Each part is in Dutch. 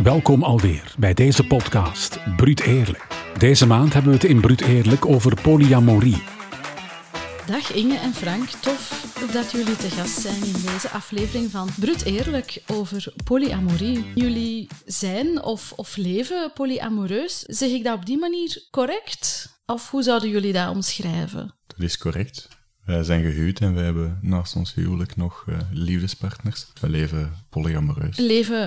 Welkom alweer bij deze podcast, Bruut Eerlijk. Deze maand hebben we het in Bruut Eerlijk over polyamorie. Dag Inge en Frank, tof dat jullie te gast zijn in deze aflevering van Bruut Eerlijk over polyamorie. Jullie zijn of leven polyamoreus. Zeg ik dat op die manier correct? Of hoe zouden jullie dat omschrijven? Dat is correct. Wij zijn gehuwd en wij hebben naast ons huwelijk nog liefdespartners. We leven polyamoreus.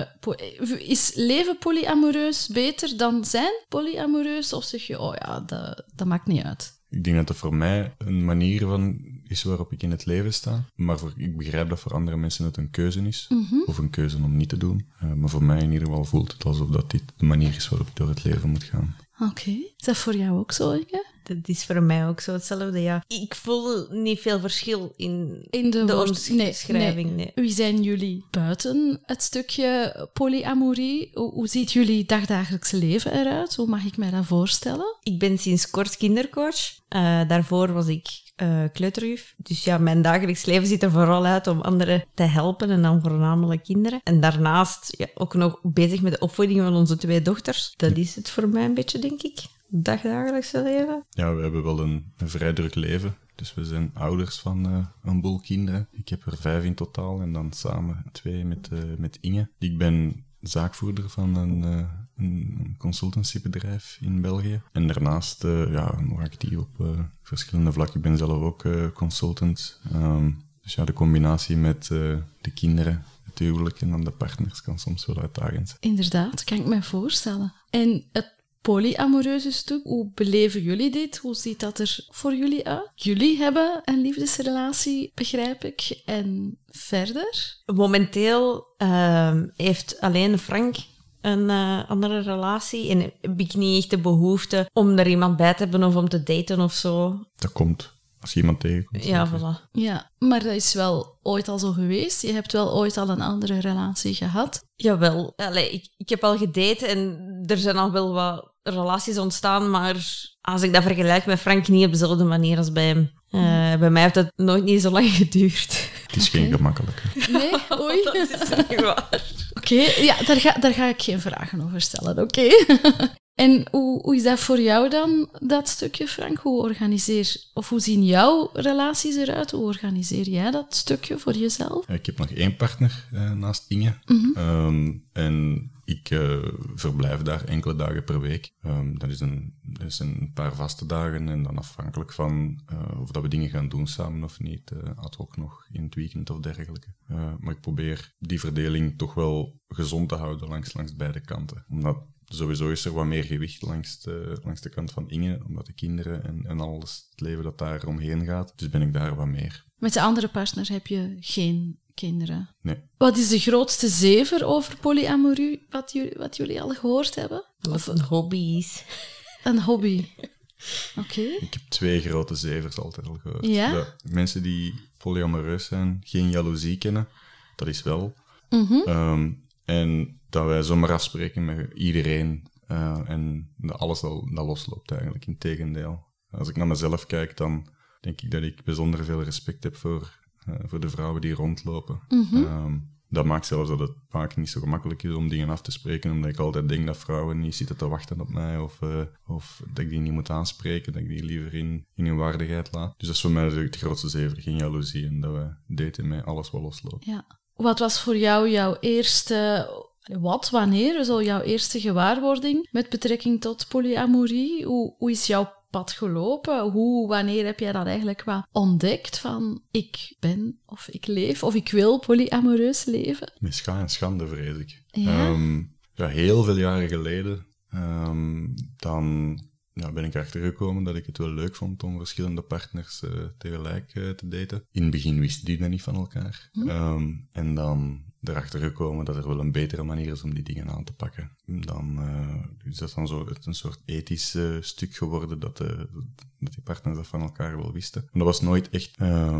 Is leven polyamoreus beter dan zijn polyamoreus? Of zeg je, oh ja, dat maakt niet uit? Ik denk dat dat voor mij een manier van is waarop ik in het leven sta. Maar ik begrijp dat voor andere mensen het een keuze is. Mm-hmm. Of een keuze om niet te doen. Maar voor mij in ieder geval voelt het alsof dat dit de manier is waarop ik door het leven moet gaan. Oké. Is dat voor jou ook zo, Inge? Dat is voor mij ook zo hetzelfde, ja. Ik voel niet veel verschil in de omschrijving. Nee. Wie zijn jullie buiten het stukje polyamorie? Hoe ziet jullie dagdagelijkse leven eruit? Hoe mag ik mij dat voorstellen? Ik ben sinds kort kindercoach. Daarvoor was ik kleuterjuf. Dus ja, mijn dagelijks leven ziet er vooral uit om anderen te helpen en dan voornamelijk kinderen. En daarnaast ook nog bezig met de opvoeding van onze 2 dochters. Dat is het voor mij een beetje, denk ik. Dagdagelijkse leven. Ja, we hebben wel een vrij druk leven. Dus we zijn ouders van een boel kinderen. Ik heb er 5 in totaal en dan samen 2 met Inge. Ik ben zaakvoerder van een consultancybedrijf in België. En daarnaast nog actief op verschillende vlakken. Ik ben zelf ook consultant. Dus ja, de combinatie met de kinderen, het huwelijk en dan de partners kan soms wel uitdagend zijn. Inderdaad, kan ik me voorstellen. En het polyamoreuze stuk, hoe beleven jullie dit? Hoe ziet dat er voor jullie uit? Jullie hebben een liefdesrelatie, begrijp ik. En verder? Momenteel heeft alleen Frank een andere relatie en heb ik niet echt de behoefte om er iemand bij te hebben of om te daten of zo. Dat komt als je iemand tegenkomt. Ja, voilà. Ja, maar dat is wel ooit al zo geweest. Je hebt wel ooit al een andere relatie gehad. Jawel. Ik heb al gedate en er zijn al wel wat relaties ontstaan, maar als ik dat vergelijk met Frank, niet op dezelfde manier als bij hem. Bij mij heeft dat nooit niet zo lang geduurd. Het is geen gemakkelijke. Nee? Oei. Dat is niet waar. Oké, ja, daar ga ik geen vragen over stellen, oké? En hoe is dat voor jou dan, dat stukje, Frank? Hoe zien jouw relaties eruit? Hoe organiseer jij dat stukje voor jezelf? Ik heb nog 1 partner naast Inge. Mm-hmm. En ik verblijf daar enkele dagen per week. Dat is een paar vaste dagen en dan afhankelijk van of dat we dingen gaan doen samen of niet. Ad hoc nog in het weekend of dergelijke. Maar ik probeer die verdeling toch wel gezond te houden langs beide kanten. Omdat sowieso is er wat meer gewicht langs de kant van Inge, omdat de kinderen en alles, het leven dat daar omheen gaat. Dus ben ik daar wat meer. Met de andere partner heb je geen kinderen? Nee. Wat is de grootste zever over polyamorie, wat jullie al gehoord hebben? Wat een hobby is. Een hobby. Oké. Ik heb 2 grote zevers altijd al gehoord. Ja? Dat mensen die polyamoreus zijn, geen jaloezie kennen. Dat is wel. Mm-hmm. En dat wij zomaar afspreken met iedereen en dat alles dat losloopt eigenlijk, integendeel. Als ik naar mezelf kijk, dan denk ik dat ik bijzonder veel respect heb voor de vrouwen die rondlopen. Mm-hmm. Dat maakt zelfs dat het vaak niet zo gemakkelijk is om dingen af te spreken, omdat ik altijd denk dat vrouwen niet zitten te wachten op mij of dat ik die niet moet aanspreken, dat ik die liever in hun waardigheid laat. Dus dat is voor mij het grootste zever, geen jaloezie en dat we daten met alles wat losloopt. Ja. Wat was voor jou jouw eerste... Wanneer zo jouw eerste gewaarwording met betrekking tot polyamorie? Hoe is jouw pad gelopen? Wanneer heb jij dat eigenlijk wat ontdekt van ik ben of ik leef of ik wil polyamoreus leven? Met scha en schande, vrees ik. Ja? Heel veel jaren geleden dan ben ik erachter gekomen dat ik het wel leuk vond om verschillende partners tegelijk te daten. In het begin wisten die dat niet van elkaar. En dan erachter gekomen dat er wel een betere manier is om die dingen aan te pakken. Dan is dat dan zo een soort ethisch stuk geworden dat die partners dat van elkaar wel wisten. Maar dat was nooit echt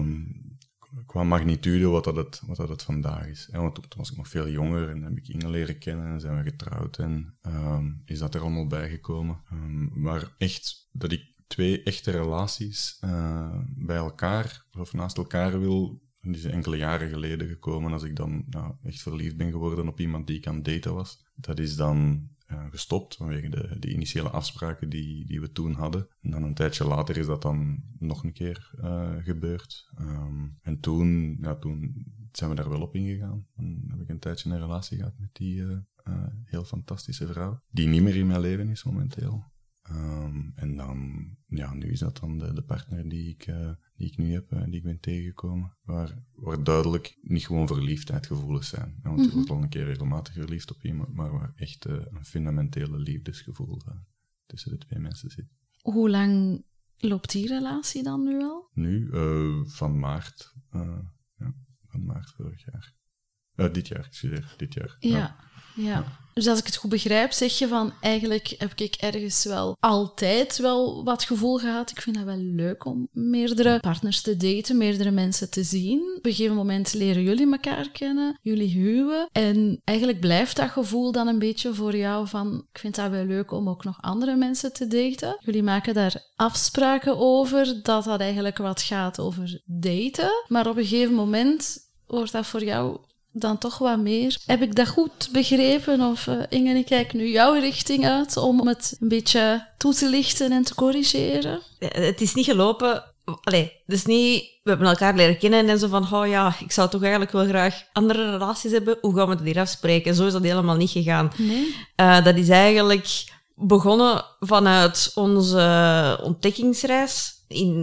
qua magnitude wat dat het vandaag is. Want toen was ik nog veel jonger en heb ik Inge leren kennen en zijn we getrouwd en is dat er allemaal bijgekomen. Maar echt dat ik 2 echte relaties bij elkaar of naast elkaar wil dat is enkele jaren geleden gekomen, als ik dan echt verliefd ben geworden op iemand die ik aan het daten was. Dat is dan gestopt vanwege de initiële afspraken die we toen hadden. En dan een tijdje later is dat dan nog een keer gebeurd. En toen zijn we daar wel op ingegaan. Dan heb ik een tijdje een relatie gehad met die heel fantastische vrouw, die niet meer in mijn leven is momenteel. En dan, nu is dat dan de partner die ik nu heb, die ik ben tegengekomen, waar duidelijk niet gewoon verliefdheidsgevoelens zijn. Want je wordt al een keer regelmatig verliefd op iemand, maar waar echt een fundamentele liefdesgevoel tussen de twee mensen zit. Hoe lang loopt die relatie dan nu al? Nu, van maart. Van maart vorig jaar. Dit jaar. Ja. Dus als ik het goed begrijp, zeg je van eigenlijk heb ik ergens wel altijd wel wat gevoel gehad. Ik vind het wel leuk om meerdere partners te daten, meerdere mensen te zien. Op een gegeven moment leren jullie elkaar kennen, jullie huwen. En eigenlijk blijft dat gevoel dan een beetje voor jou van ik vind het wel leuk om ook nog andere mensen te daten. Jullie maken daar afspraken over dat eigenlijk wat gaat over daten. Maar op een gegeven moment wordt dat voor jou dan toch wat meer. Heb ik dat goed begrepen? Of Inge, ik kijk nu jouw richting uit om het een beetje toe te lichten en te corrigeren? Het is niet gelopen. Dus niet, we hebben elkaar leren kennen en zo van, ik zou toch eigenlijk wel graag andere relaties hebben. Hoe gaan we het hier afspreken? Zo is dat helemaal niet gegaan. Nee? Dat is eigenlijk begonnen vanuit onze ontdekkingsreis.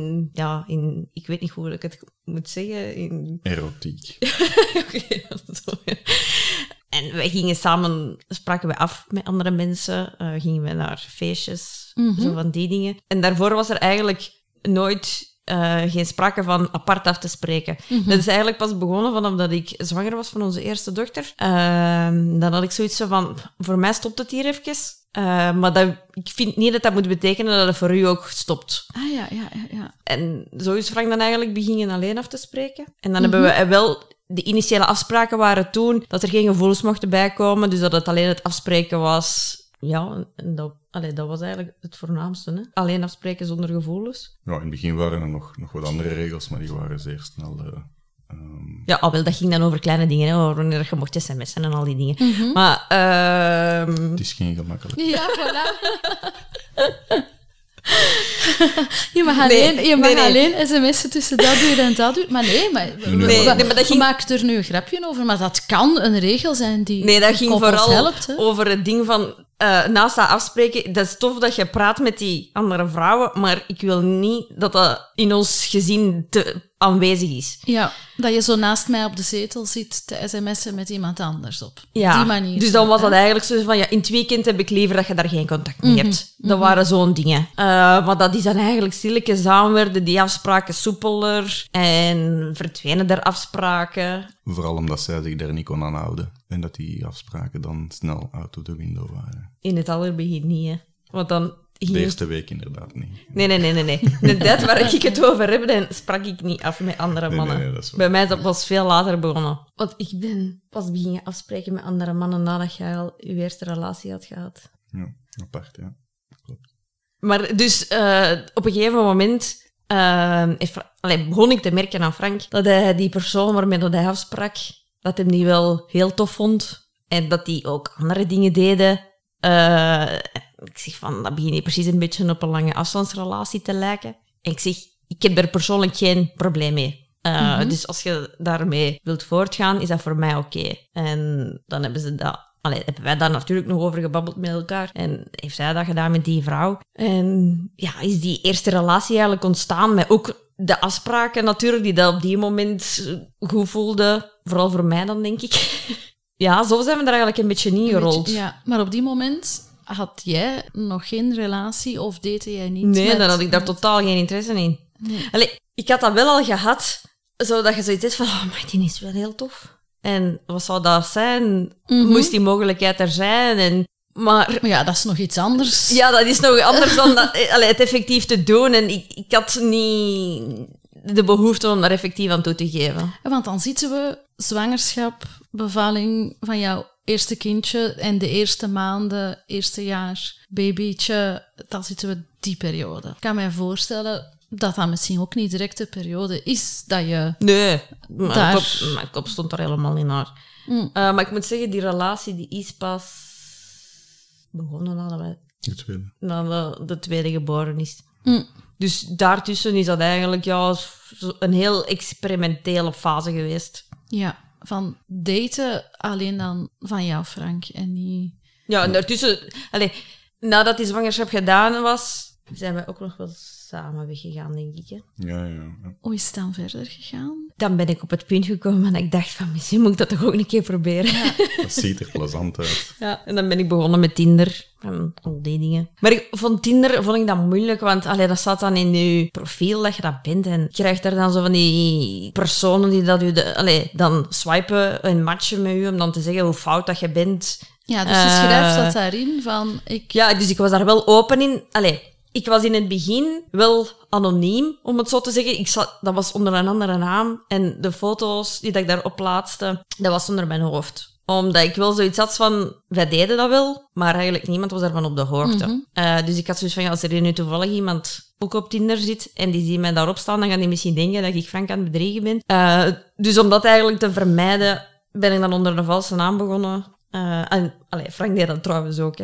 Ik weet niet hoe ik het moet zeggen. Erotiek. Oké, en wij gingen spraken we af met andere mensen, gingen we naar feestjes, zo van die dingen. En daarvoor was er eigenlijk nooit geen sprake van apart af te spreken. Dat is eigenlijk pas begonnen vanaf dat ik zwanger was van onze eerste dochter. Dan had ik zoiets van, voor mij stopt het hier even. Maar ik vind niet dat moet betekenen dat het voor u ook stopt. Ah, ja. En zo is Frank dan eigenlijk beginnen alleen af te spreken. En dan hebben we wel... De initiële afspraken waren toen dat er geen gevoelens mochten bijkomen, dus dat het alleen het afspreken was. Ja, en dat was eigenlijk het voornaamste. Hè? Alleen afspreken zonder gevoelens. Ja, in het begin waren er nog wat andere regels, maar die waren zeer snel... dat ging dan over kleine dingen, hè, over wanneer je mocht sms'en en al die dingen. Maar... Het is geen gemakkelijk. Ja, voilà. Je mag alleen sms'en tussen dat uur en dat uur. Maar maar dat ging... maakt er nu een grapje over, maar dat kan een regel zijn die Nee, dat ging vooral helpt, over het ding van... naast dat afspreken, dat is tof dat je praat met die andere vrouwen, maar ik wil niet dat dat in ons gezin aanwezig is. Ja, dat je zo naast mij op de zetel zit te sms'en met iemand anders op die manier. Dus dan was dat eigenlijk zo van, in het weekend heb ik liever dat je daar geen contact mee hebt. Dat waren zo'n dingen. Maar dat is dan eigenlijk stilletjes aan werden die afspraken soepeler en verdwenen er afspraken. Vooral omdat zij zich daar niet kon aan houden. En dat die afspraken dan snel out of the window waren. In het allerbegin niet, hè. Want dan... De eerste week inderdaad niet. Nee. De tijd waar ik het over heb, dan sprak ik niet af met andere mannen. Nee, dat is waar. Bij mij dat was veel later begonnen. Want ik ben pas beginnen afspreken met andere mannen nadat jij al je eerste relatie had gehad. Ja, apart, ja. Klopt. Maar dus op een gegeven moment begon ik te merken aan Frank dat hij die persoon waarmee dat hij afsprak, dat hij die wel heel tof vond. En dat die ook andere dingen deden. Ik zeg van, dat begint precies een beetje op een lange afstandsrelatie te lijken. En ik zeg, ik heb er persoonlijk geen probleem mee. Dus als je daarmee wilt voortgaan, is dat voor mij oké. En dan hebben wij daar natuurlijk nog over gebabbeld met elkaar. En heeft zij dat gedaan met die vrouw. En ja, is die eerste relatie eigenlijk ontstaan met ook de afspraken natuurlijk, die dat op die moment goed voelden. Vooral voor mij dan, denk ik. Ja, zo zijn we er eigenlijk een beetje ingerold. Ja, maar op die moment had jij nog geen relatie of date jij niet? Nee, dan had ik daar totaal geen interesse in. Nee. Ik had dat wel al gehad, zodat je zoiets hebt van, maar die is wel heel tof. En wat zou dat zijn? Moest die mogelijkheid er zijn? Maar ja, dat is nog iets anders. Ja, dat is nog anders dan het effectief te doen. En ik had niet de behoefte om daar effectief aan toe te geven. Want dan zitten we zwangerschap, bevalling van jouw eerste kindje en de eerste maanden, eerste jaar, babytje, dan zitten we die periode. Ik kan mij voorstellen, dat misschien ook niet direct de periode is dat je... Nee, Daar- mijn kop stond er helemaal niet naar. Maar ik moet zeggen, die relatie die is pas begonnen nadat de tweede geboren is. Dus daartussen is dat eigenlijk een heel experimentele fase geweest. Ja, van daten alleen dan van jou, Frank, en niet... Ja, en daartussen... nadat die zwangerschap gedaan was, zijn we ook nog wel samen weggegaan, denk ik. Hè? Ja. Hoe is het dan verder gegaan? Dan ben ik op het punt gekomen en ik dacht van, misschien moet ik dat toch ook een keer proberen. Dat ziet er plezant uit. Ja, en dan ben ik begonnen met Tinder en al die dingen. Maar Tinder vond ik dat moeilijk, want dat staat dan in je profiel dat je dat bent. En je krijgt daar dan zo van die personen die dat dan swipen en matchen met je om dan te zeggen hoe fout dat je bent. Ja, dus je schrijft dat daarin van... Ja, dus ik was daar wel open in. Ik was in het begin wel anoniem, om het zo te zeggen. Dat was onder een andere naam. En de foto's die dat ik daarop plaatste, dat was onder mijn hoofd. Omdat ik wel zoiets had van, wij deden dat wel, maar eigenlijk niemand was daarvan op de hoogte. Dus ik had zoiets van, als er hier nu toevallig iemand ook op Tinder zit en die ziet mij daarop staan, dan gaan die misschien denken dat ik Frank aan het bedriegen ben. Dus om dat eigenlijk te vermijden, ben ik dan onder een valse naam begonnen. Frank deed dat trouwens ook, hè.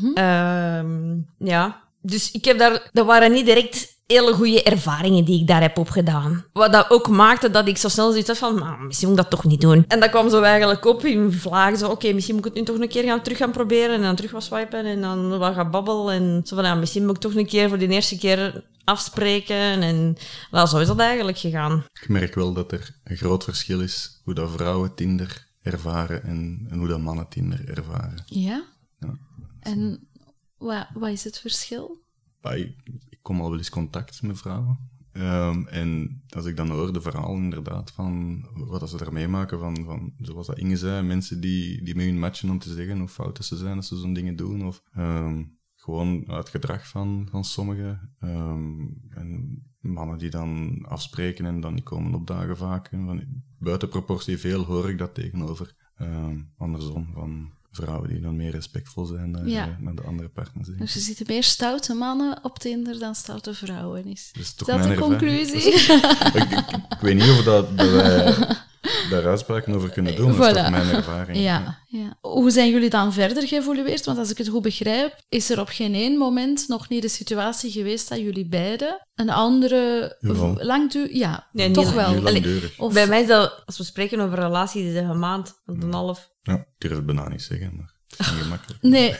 Ja. Dus dat waren niet direct hele goede ervaringen die ik daar heb opgedaan. Wat dat ook maakte dat ik zo snel zoiets had van, misschien moet ik dat toch niet doen. En dat kwam zo eigenlijk op in vlagen. Zo, oké, misschien moet ik het nu toch een keer terug gaan proberen. En dan terug wat swipen en dan wat gaan babbelen. En zo van, misschien moet ik toch een keer voor de eerste keer afspreken. En zo is dat eigenlijk gegaan. Ik merk wel dat er een groot verschil is hoe dat vrouwen Tinder ervaren en hoe dat mannen Tinder ervaren. Ja? Ja. En wat is het verschil? Ik kom al wel eens contact met vrouwen. En als ik dan hoor de verhaal inderdaad van wat ze er meemaken van, zoals dat Inge zei, mensen die met hun matchen om te zeggen hoe fout dat ze zijn als ze zo'n dingen doen. Of gewoon het gedrag van sommigen. En mannen die dan afspreken en dan niet komen opdagen vaak. Buiten proportie veel hoor ik dat tegenover andersom van vrouwen die dan meer respectvol zijn naar de andere partner. Dus je ziet meer stoute mannen op Tinder dan stoute vrouwen. Is toch dat de conclusie? Ik weet niet of dat wij daar uitspraken over kunnen doen. Dat is toch mijn ervaring. Ja. Hoe zijn jullie dan verder geëvolueerd? Want als ik het goed begrijp, is er op geen één moment nog niet de situatie geweest dat jullie beiden een andere... Nee, toch wel. Bij mij is dat, als we spreken over relaties, is het een maand, een half. Ja, ik durf het bijna niet zeggen, maar het is niet gemakkelijk. Nee.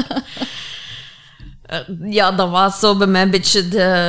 Dat was zo bij mij een beetje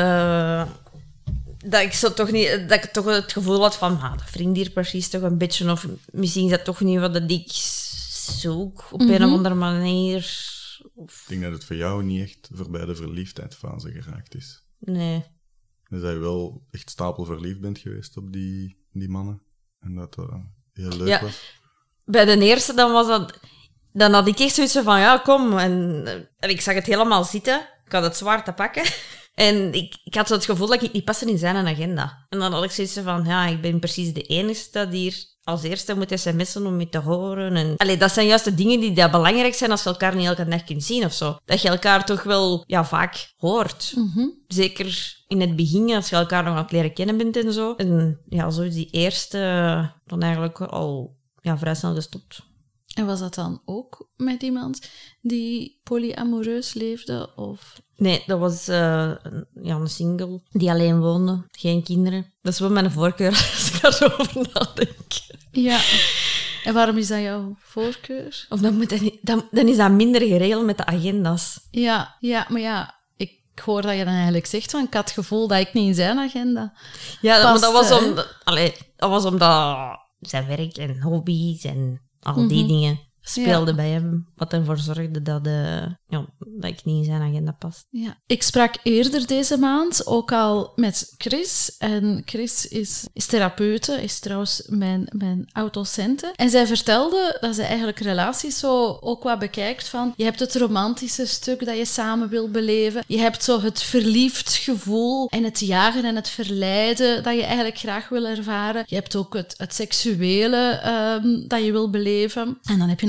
dat ik toch het gevoel had van, dat vriend hier precies toch een beetje, of misschien is dat toch niet wat ik zoek op een of andere manier. Ik denk dat het voor jou niet echt voorbij de verliefdheidsfase geraakt is. Nee. Dus dat je wel echt stapelverliefd bent geweest op die mannen. En dat dat heel leuk was. Bij de eerste, dan had ik echt zoiets van, ja, kom. En ik zag het helemaal zitten. Ik had het zwaar te pakken. En ik had zo het gevoel dat ik niet paste in zijn agenda. En dan had ik zoiets van, ik ben precies de enige dat hier als eerste moet sms'en om je te horen. En dat zijn juist de dingen die belangrijk zijn als je elkaar niet elke dag kunt zien of zo. Dat je elkaar toch wel vaak hoort. Zeker in het begin, als je elkaar nog aan het leren kennen bent en zo. En zo is die eerste dan eigenlijk al vrij snel gestopt. En was dat dan ook met iemand die polyamoreus leefde? Of? Nee, dat was een single die alleen woonde. Geen kinderen. Dat is wel mijn voorkeur als ik daarover nadenk. Ja. En waarom is dat jouw voorkeur? Of dan is dat minder geregeld met de agenda's. Ja, maar ik hoor dat je dan eigenlijk zegt van, ik had het gevoel dat ik niet in zijn agenda maar dat was omdat zijn werk en hobby's en al die dingen speelden bij hem. Wat ervoor zorgde dat ik niet in zijn agenda past. Ja. Ik sprak eerder deze maand ook al met Chris. En Chris is therapeute, is trouwens mijn oud-docente. En zij vertelde dat ze eigenlijk relaties zo ook wat bekijkt van... Je hebt het romantische stuk dat je samen wil beleven. Je hebt zo het verliefd gevoel en het jagen en het verleiden dat je eigenlijk graag wil ervaren. Je hebt ook het seksuele dat je wil beleven. En dan heb je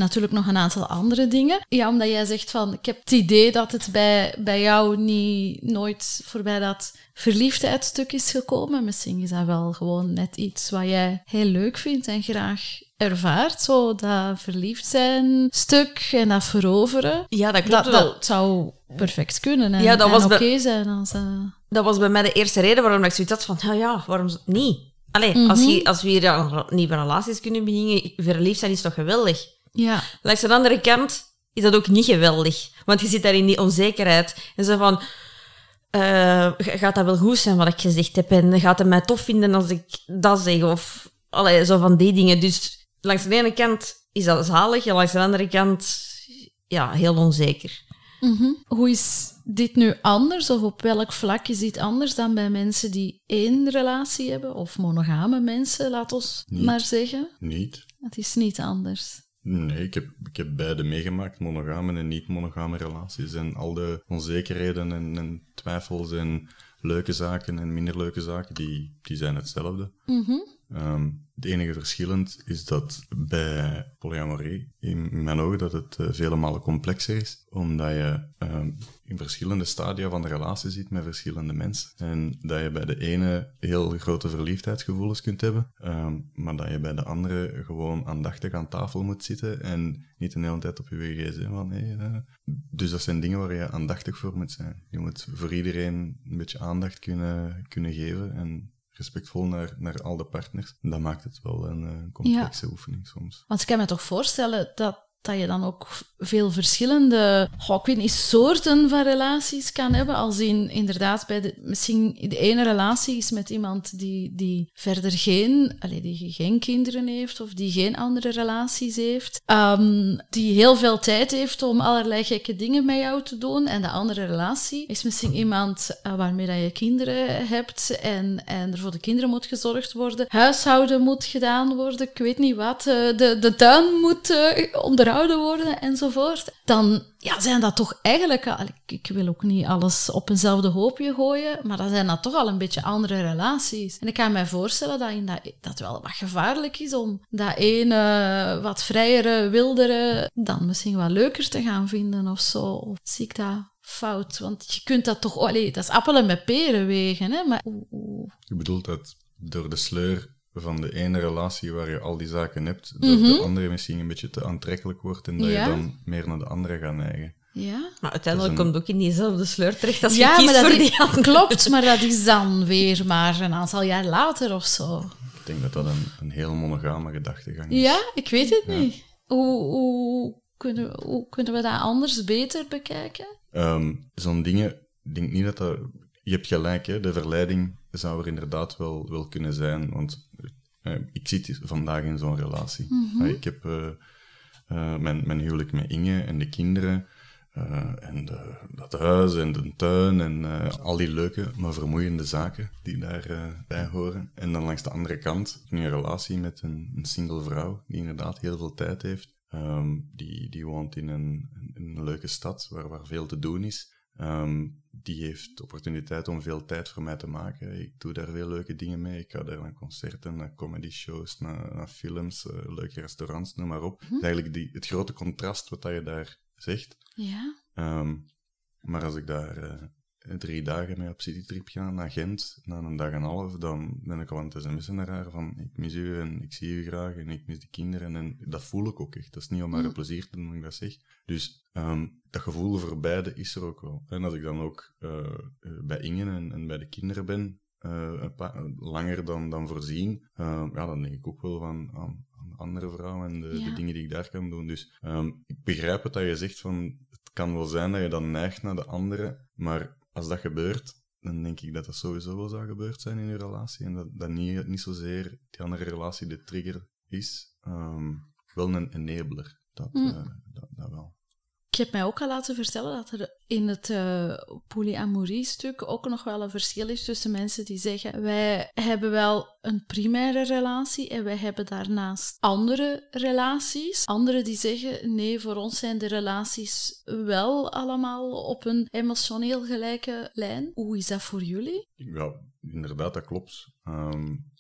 natuurlijk nog een aantal andere dingen. Ja, omdat jij zegt van, ik heb het idee dat het bij jou nooit voorbij dat verliefdheidsstuk is gekomen. Misschien is dat wel gewoon net iets wat jij heel leuk vindt en graag ervaart. Zo dat verliefd zijn stuk en dat veroveren. Ja, dat klopt wel. Dat zou perfect kunnen en, Ja, dat en was oké zijn. Als, Dat was bij mij de eerste reden waarom ik zoiets had van, waarom niet? Allee, als we hier nieuwe relaties kunnen beginnen, verliefd zijn is toch geweldig? Ja. Langs de andere kant is dat ook niet geweldig. Want je zit daar in die onzekerheid. En zo van, gaat dat wel goed zijn wat ik gezegd heb? En gaat hij mij tof vinden als ik dat zeg? Of zo van die dingen. Dus langs de ene kant is dat zalig en langs de andere kant heel onzeker. Hoe is dit nu anders? Of op welk vlak is dit anders dan bij mensen die 1 relatie hebben? Of monogame mensen, laat ons maar zeggen. Niet. Het is niet anders. Nee, ik heb beide meegemaakt, monogame en niet-monogame relaties. En al de onzekerheden en twijfels en leuke zaken en minder leuke zaken, die zijn hetzelfde. Het enige verschillend is dat bij polyamorie, in mijn ogen, dat het vele malen complexer is, omdat je in verschillende stadia van de relatie zit met verschillende mensen. En dat je bij de ene heel grote verliefdheidsgevoelens kunt hebben, maar dat je bij de andere gewoon aandachtig aan tafel moet zitten en niet de hele tijd op je gsm van Dus dat zijn dingen waar je aandachtig voor moet zijn. Je moet voor iedereen een beetje aandacht kunnen geven en respectvol naar al de partners. Dat maakt het wel een complexe oefening soms. Want ik kan me toch voorstellen dat je dan ook veel verschillende soorten van relaties kan hebben. Als inderdaad misschien de ene relatie is met iemand die verder geen kinderen heeft of die geen andere relaties heeft. Die heel veel tijd heeft om allerlei gekke dingen met jou te doen. En de andere relatie is misschien iemand waarmee dat je kinderen hebt en er voor de kinderen moet gezorgd worden. Huishouden moet gedaan worden. Ik weet niet wat. De tuin moet onderhouden worden enzovoort, dan zijn dat toch eigenlijk... Ik wil ook niet alles op eenzelfde hoopje gooien, maar dan zijn dat toch al een beetje andere relaties. En ik kan mij voorstellen dat wel wat gevaarlijk is om dat ene wat vrijere, wildere dan misschien wat leuker te gaan vinden of zo. Of zie ik dat fout? Want je kunt dat toch... dat is appelen met peren wegen, hè? Maar, Je bedoelt dat door de sleur van de ene relatie waar je al die zaken hebt, dat de andere misschien een beetje te aantrekkelijk wordt en dat je dan meer naar de andere gaat neigen. Ja. Maar uiteindelijk komt het ook in diezelfde sleur terecht als je ja, kiest maar voor die andere. Klopt, maar dat is dan weer maar een aantal jaar later of zo. Ik denk dat dat een heel monogame gedachtegang is. Ja, ik weet het niet. Hoe kunnen we dat anders beter bekijken? Zo'n dingen, ik denk niet dat... Je hebt gelijk, hè? De verleiding zou er inderdaad wel kunnen zijn, want ik zit vandaag in zo'n relatie. Ik heb mijn huwelijk met Inge en de kinderen en dat huis en de tuin en al die leuke, maar vermoeiende zaken die daarbij horen. En dan langs de andere kant een relatie met een single vrouw die inderdaad heel veel tijd heeft. Die woont in een leuke stad waar veel te doen is. Die heeft de opportuniteit om veel tijd voor mij te maken. Ik doe daar veel leuke dingen mee. Ik ga daar naar concerten, naar comedy-shows, naar films, leuke restaurants, noem maar op. Het is eigenlijk het grote contrast wat je daar zegt. Ja. Maar als ik daar 3 dagen mee op citytrip ga naar Gent, na een dag en een half, dan ben ik al aan het sms'en naar haar van ik mis u en ik zie u graag en ik mis de kinderen. En dat voel ik ook echt. Dat is niet om maar een plezier te doen dat ik dat zeg. Dus dat gevoel voor beide is er ook wel. En als ik dan ook bij Inge en bij de kinderen ben, langer dan voorzien, dan denk ik ook wel aan de andere vrouwen en de dingen die ik daar kan doen. Dus ik begrijp het dat je zegt van het kan wel zijn dat je dan neigt naar de andere, maar als dat gebeurt, dan denk ik dat dat sowieso wel zou gebeurd zijn in je relatie en dat niet zozeer die andere relatie de trigger is, wel een enabler. Dat wel. Ik heb mij ook al laten vertellen dat er in het polyamorie-stuk ook nog wel een verschil is tussen mensen die zeggen wij hebben wel een primaire relatie en wij hebben daarnaast andere relaties. Anderen die zeggen nee, voor ons zijn de relaties wel allemaal op een emotioneel gelijke lijn. Hoe is dat voor jullie? Ja, inderdaad, dat klopt.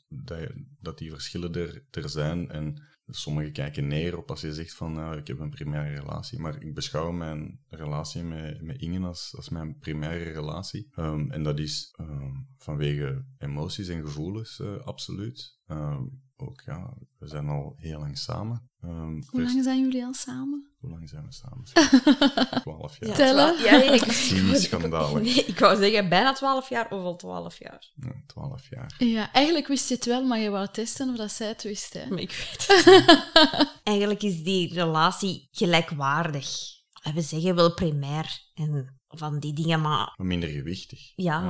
dat die verschillen er zijn. En sommigen kijken neer op als je zegt van, nou, ik heb een primaire relatie. Maar ik beschouw mijn relatie met Inge als mijn primaire relatie. En dat is vanwege emoties en gevoelens, absoluut. Ook, ja, we zijn al heel lang samen. Hoe lang zijn jullie al samen? Hoe lang zijn we samen? 12 jaar. Ja, Tellen? Schandalig. Nee, ik wou zeggen bijna 12 jaar of al 12 jaar. Ja, 12 jaar. Ja, eigenlijk wist je het wel, maar je wou testen of dat zij het wist. Hè? Maar ik weet het. Eigenlijk is die relatie gelijkwaardig. We zeggen wel primair en van die dingen, maar... Minder gewichtig. Ja.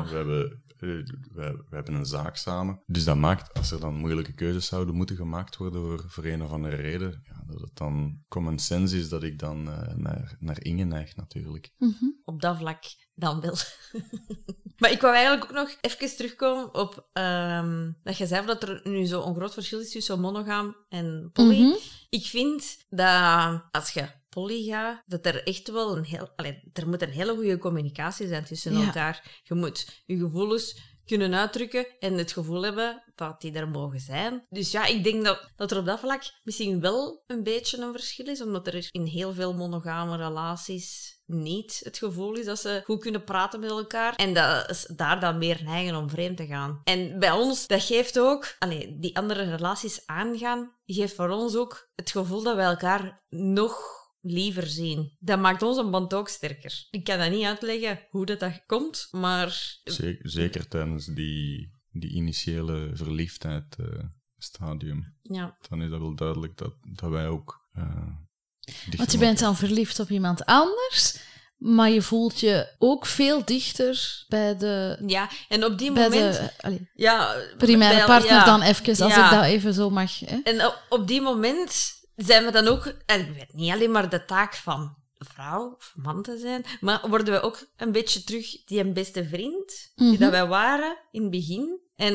We hebben een zaak samen. Dus dat maakt, als er dan moeilijke keuzes zouden moeten gemaakt worden voor een of andere reden, ja, dat het dan common sense is dat ik dan naar Inge neig, natuurlijk. Mm-hmm. Op dat vlak dan wel. Maar ik wou eigenlijk ook nog even terugkomen op dat je zei dat er nu zo'n groot verschil is tussen monogaam en poly. Mm-hmm. Ik vind dat als je poly gaat, dat er echt wel er moet een hele goede communicatie zijn tussen elkaar. Je moet je gevoelens kunnen uitdrukken en het gevoel hebben dat die er mogen zijn. Dus ja, ik denk dat er op dat vlak misschien wel een beetje een verschil is, omdat er in heel veel monogame relaties niet het gevoel is dat ze goed kunnen praten met elkaar en dat ze daar dan meer neigen om vreemd te gaan. En bij ons, dat geeft ook, die andere relaties aangaan, geeft voor ons ook het gevoel dat wij elkaar nog liever zien. Dat maakt onze band ook sterker. Ik kan dat niet uitleggen hoe dat komt, maar... Zeker tijdens die initiële verliefdheid stadium. Ja. Dan is dat wel duidelijk dat wij ook... Want je bent dan verliefd op iemand anders, maar je voelt je ook veel dichter bij de... Ja, en op die bij moment... primaire partner dan even, als ik dat even zo mag. Hè? En op die moment zijn we dan ook... niet alleen maar de taak van vrouw of man te zijn, maar worden we ook een beetje terug die een beste vriend, die dat wij waren in het begin. En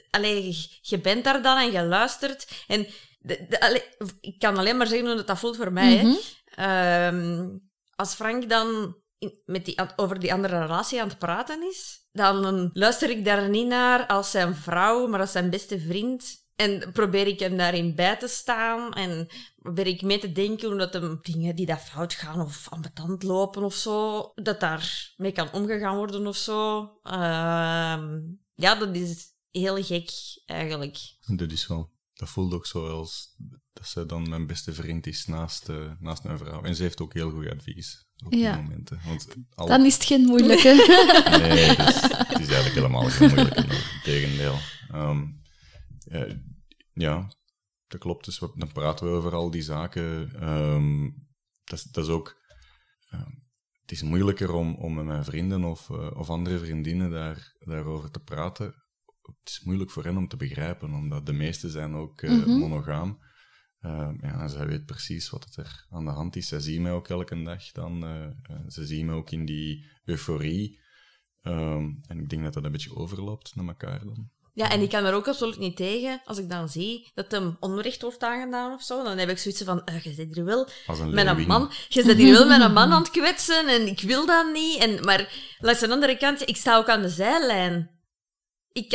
je bent daar dan en je luistert. En ik kan alleen maar zeggen hoe dat voelt voor mij. Mm-hmm. Hè. Als Frank dan over die andere relatie aan het praten is, dan luister ik daar niet naar als zijn vrouw, maar als zijn beste vriend. En probeer ik hem daarin bij te staan en probeer ik mee te denken hoe dat hem dingen die dat fout gaan of ambetant lopen of zo, dat daar mee kan omgegaan worden of zo. Ja, dat is heel gek eigenlijk. Dat voelt ook zo als dat zij dan mijn beste vriend is naast mijn vrouw. En ze heeft ook heel goed advies op die momenten. Want Dan is het geen moeilijke. Nee, het is eigenlijk helemaal geen moeilijke. Integendeel. Ja, dat klopt. Dus dan praten we over al die zaken. Dat is ook... het is moeilijker om met mijn vrienden of andere vriendinnen daarover te praten. Het is moeilijk voor hen om te begrijpen, omdat de meesten zijn ook monogaam. Zij weet precies wat er aan de hand is. Zij zien mij ook elke dag dan. Ze zien me ook in die euforie. En ik denk dat dat een beetje overloopt naar elkaar dan. Ja, en ik kan er ook absoluut niet tegen als ik dan zie dat hem onrecht wordt aangedaan of zo. Dan heb ik zoiets van, je zit hier wel met een man. Je zit hier wel met een man aan het kwetsen en ik wil dat niet. Maar langs de andere kant, ik sta ook aan de zijlijn. Ik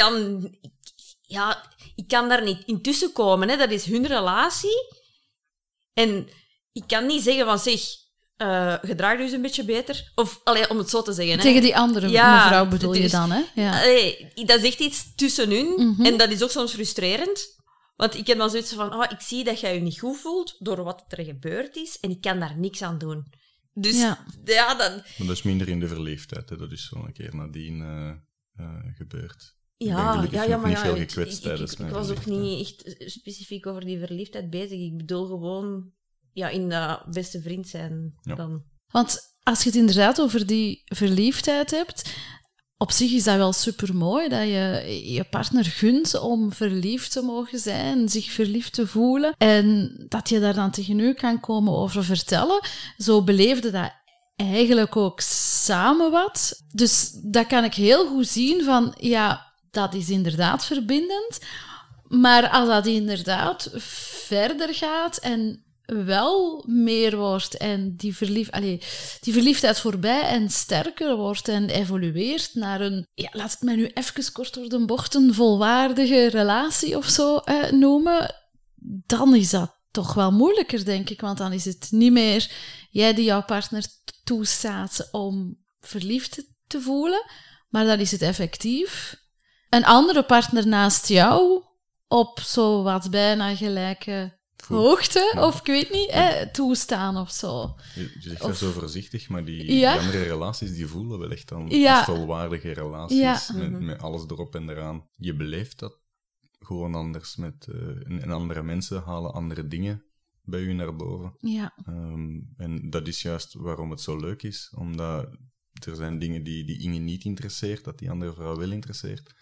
kan daar niet intussen komen. Hè. Dat is hun relatie. En ik kan niet zeggen van, zeg, gedraag je eens een beetje beter. Of, om het zo te zeggen. Tegen hè. die andere mevrouw bedoel je dan, hè? Ja. Dat is echt iets tussen hun. En dat is ook soms frustrerend. Want ik heb dan zoiets van, ik zie dat jij je niet goed voelt door wat er gebeurd is. En ik kan daar niks aan doen. Dus, dan... Maar dat is minder in de verliefdheid. Hè. Dat is zo een keer nadien gebeurd. Ja, maar niet veel gekwetst tijdens mijn ik was ook verliefdheid. niet echt specifiek over die verliefdheid bezig. Ik bedoel gewoon in dat beste vriend zijn dan. Want als je het inderdaad over die verliefdheid hebt, op zich is dat wel supermooi dat je je partner gunt om verliefd te mogen zijn, zich verliefd te voelen en dat je daar dan tegen u kan komen over vertellen. Zo beleefde dat eigenlijk ook samen wat. Dus dat kan ik heel goed zien van, dat is inderdaad verbindend. Maar als dat inderdaad verder gaat en wel meer wordt en die verliefdheid voorbij en sterker wordt en evolueert naar een, laat het mij nu even kort door de bocht, een volwaardige relatie of zo noemen, dan is dat toch wel moeilijker, denk ik. Want dan is het niet meer jij die jouw partner toestaat om verliefd te voelen, maar dan is het effectief een andere partner naast jou op zo wat bijna gelijke hoogte, of ik weet niet, toestaan of zo. Je zegt dat zo voorzichtig, maar die andere relaties die voelen wel echt dan als volwaardige relaties, met alles erop en eraan. Je beleeft dat gewoon anders. En andere mensen halen andere dingen bij u naar boven. Ja. En dat is juist waarom het zo leuk is, omdat er zijn dingen die Inge niet interesseert, dat die andere vrouw wel interesseert.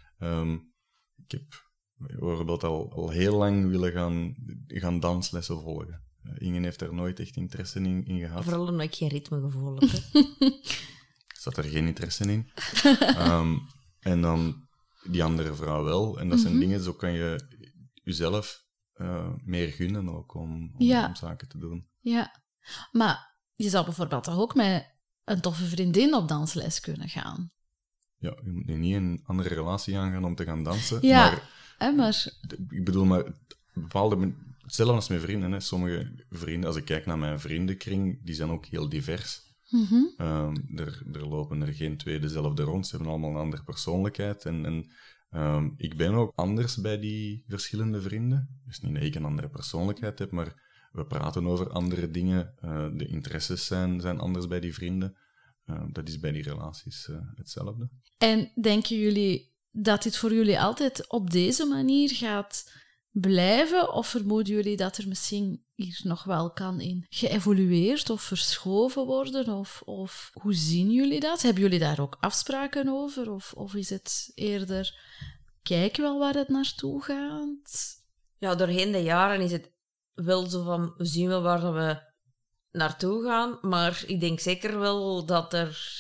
Ik heb bijvoorbeeld al heel lang willen gaan danslessen volgen. Inge heeft daar nooit echt interesse in gehad. Vooral omdat ik geen ritmegevoel heb. Zat er geen interesse in. En dan die andere vrouw wel. En dat zijn dingen, zo kan je jezelf meer gunnen ook om zaken te doen. Ja, maar je zou bijvoorbeeld toch ook met een toffe vriendin op dansles kunnen gaan? Ja, je moet nu niet een andere relatie aangaan om te gaan dansen. Ja, maar ik bedoel, maar hetzelfde als met vrienden. Hè. Sommige vrienden, als ik kijk naar mijn vriendenkring, die zijn ook heel divers. Er lopen er geen twee dezelfde rond. Ze hebben allemaal een andere persoonlijkheid. En ik ben ook anders bij die verschillende vrienden. Dus niet dat ik een andere persoonlijkheid heb, maar we praten over andere dingen. De interesses zijn anders bij die vrienden. Dat is bij die relaties hetzelfde. En denken jullie dat dit voor jullie altijd op deze manier gaat blijven? Of vermoeden jullie dat er misschien hier nog wel kan in geëvolueerd of verschoven worden? Of hoe zien jullie dat? Hebben jullie daar ook afspraken over? Of is het eerder, kijk wel waar het naartoe gaat? Ja, doorheen de jaren is het wel zo van, we zien wel waar we naartoe gaan, maar ik denk zeker wel dat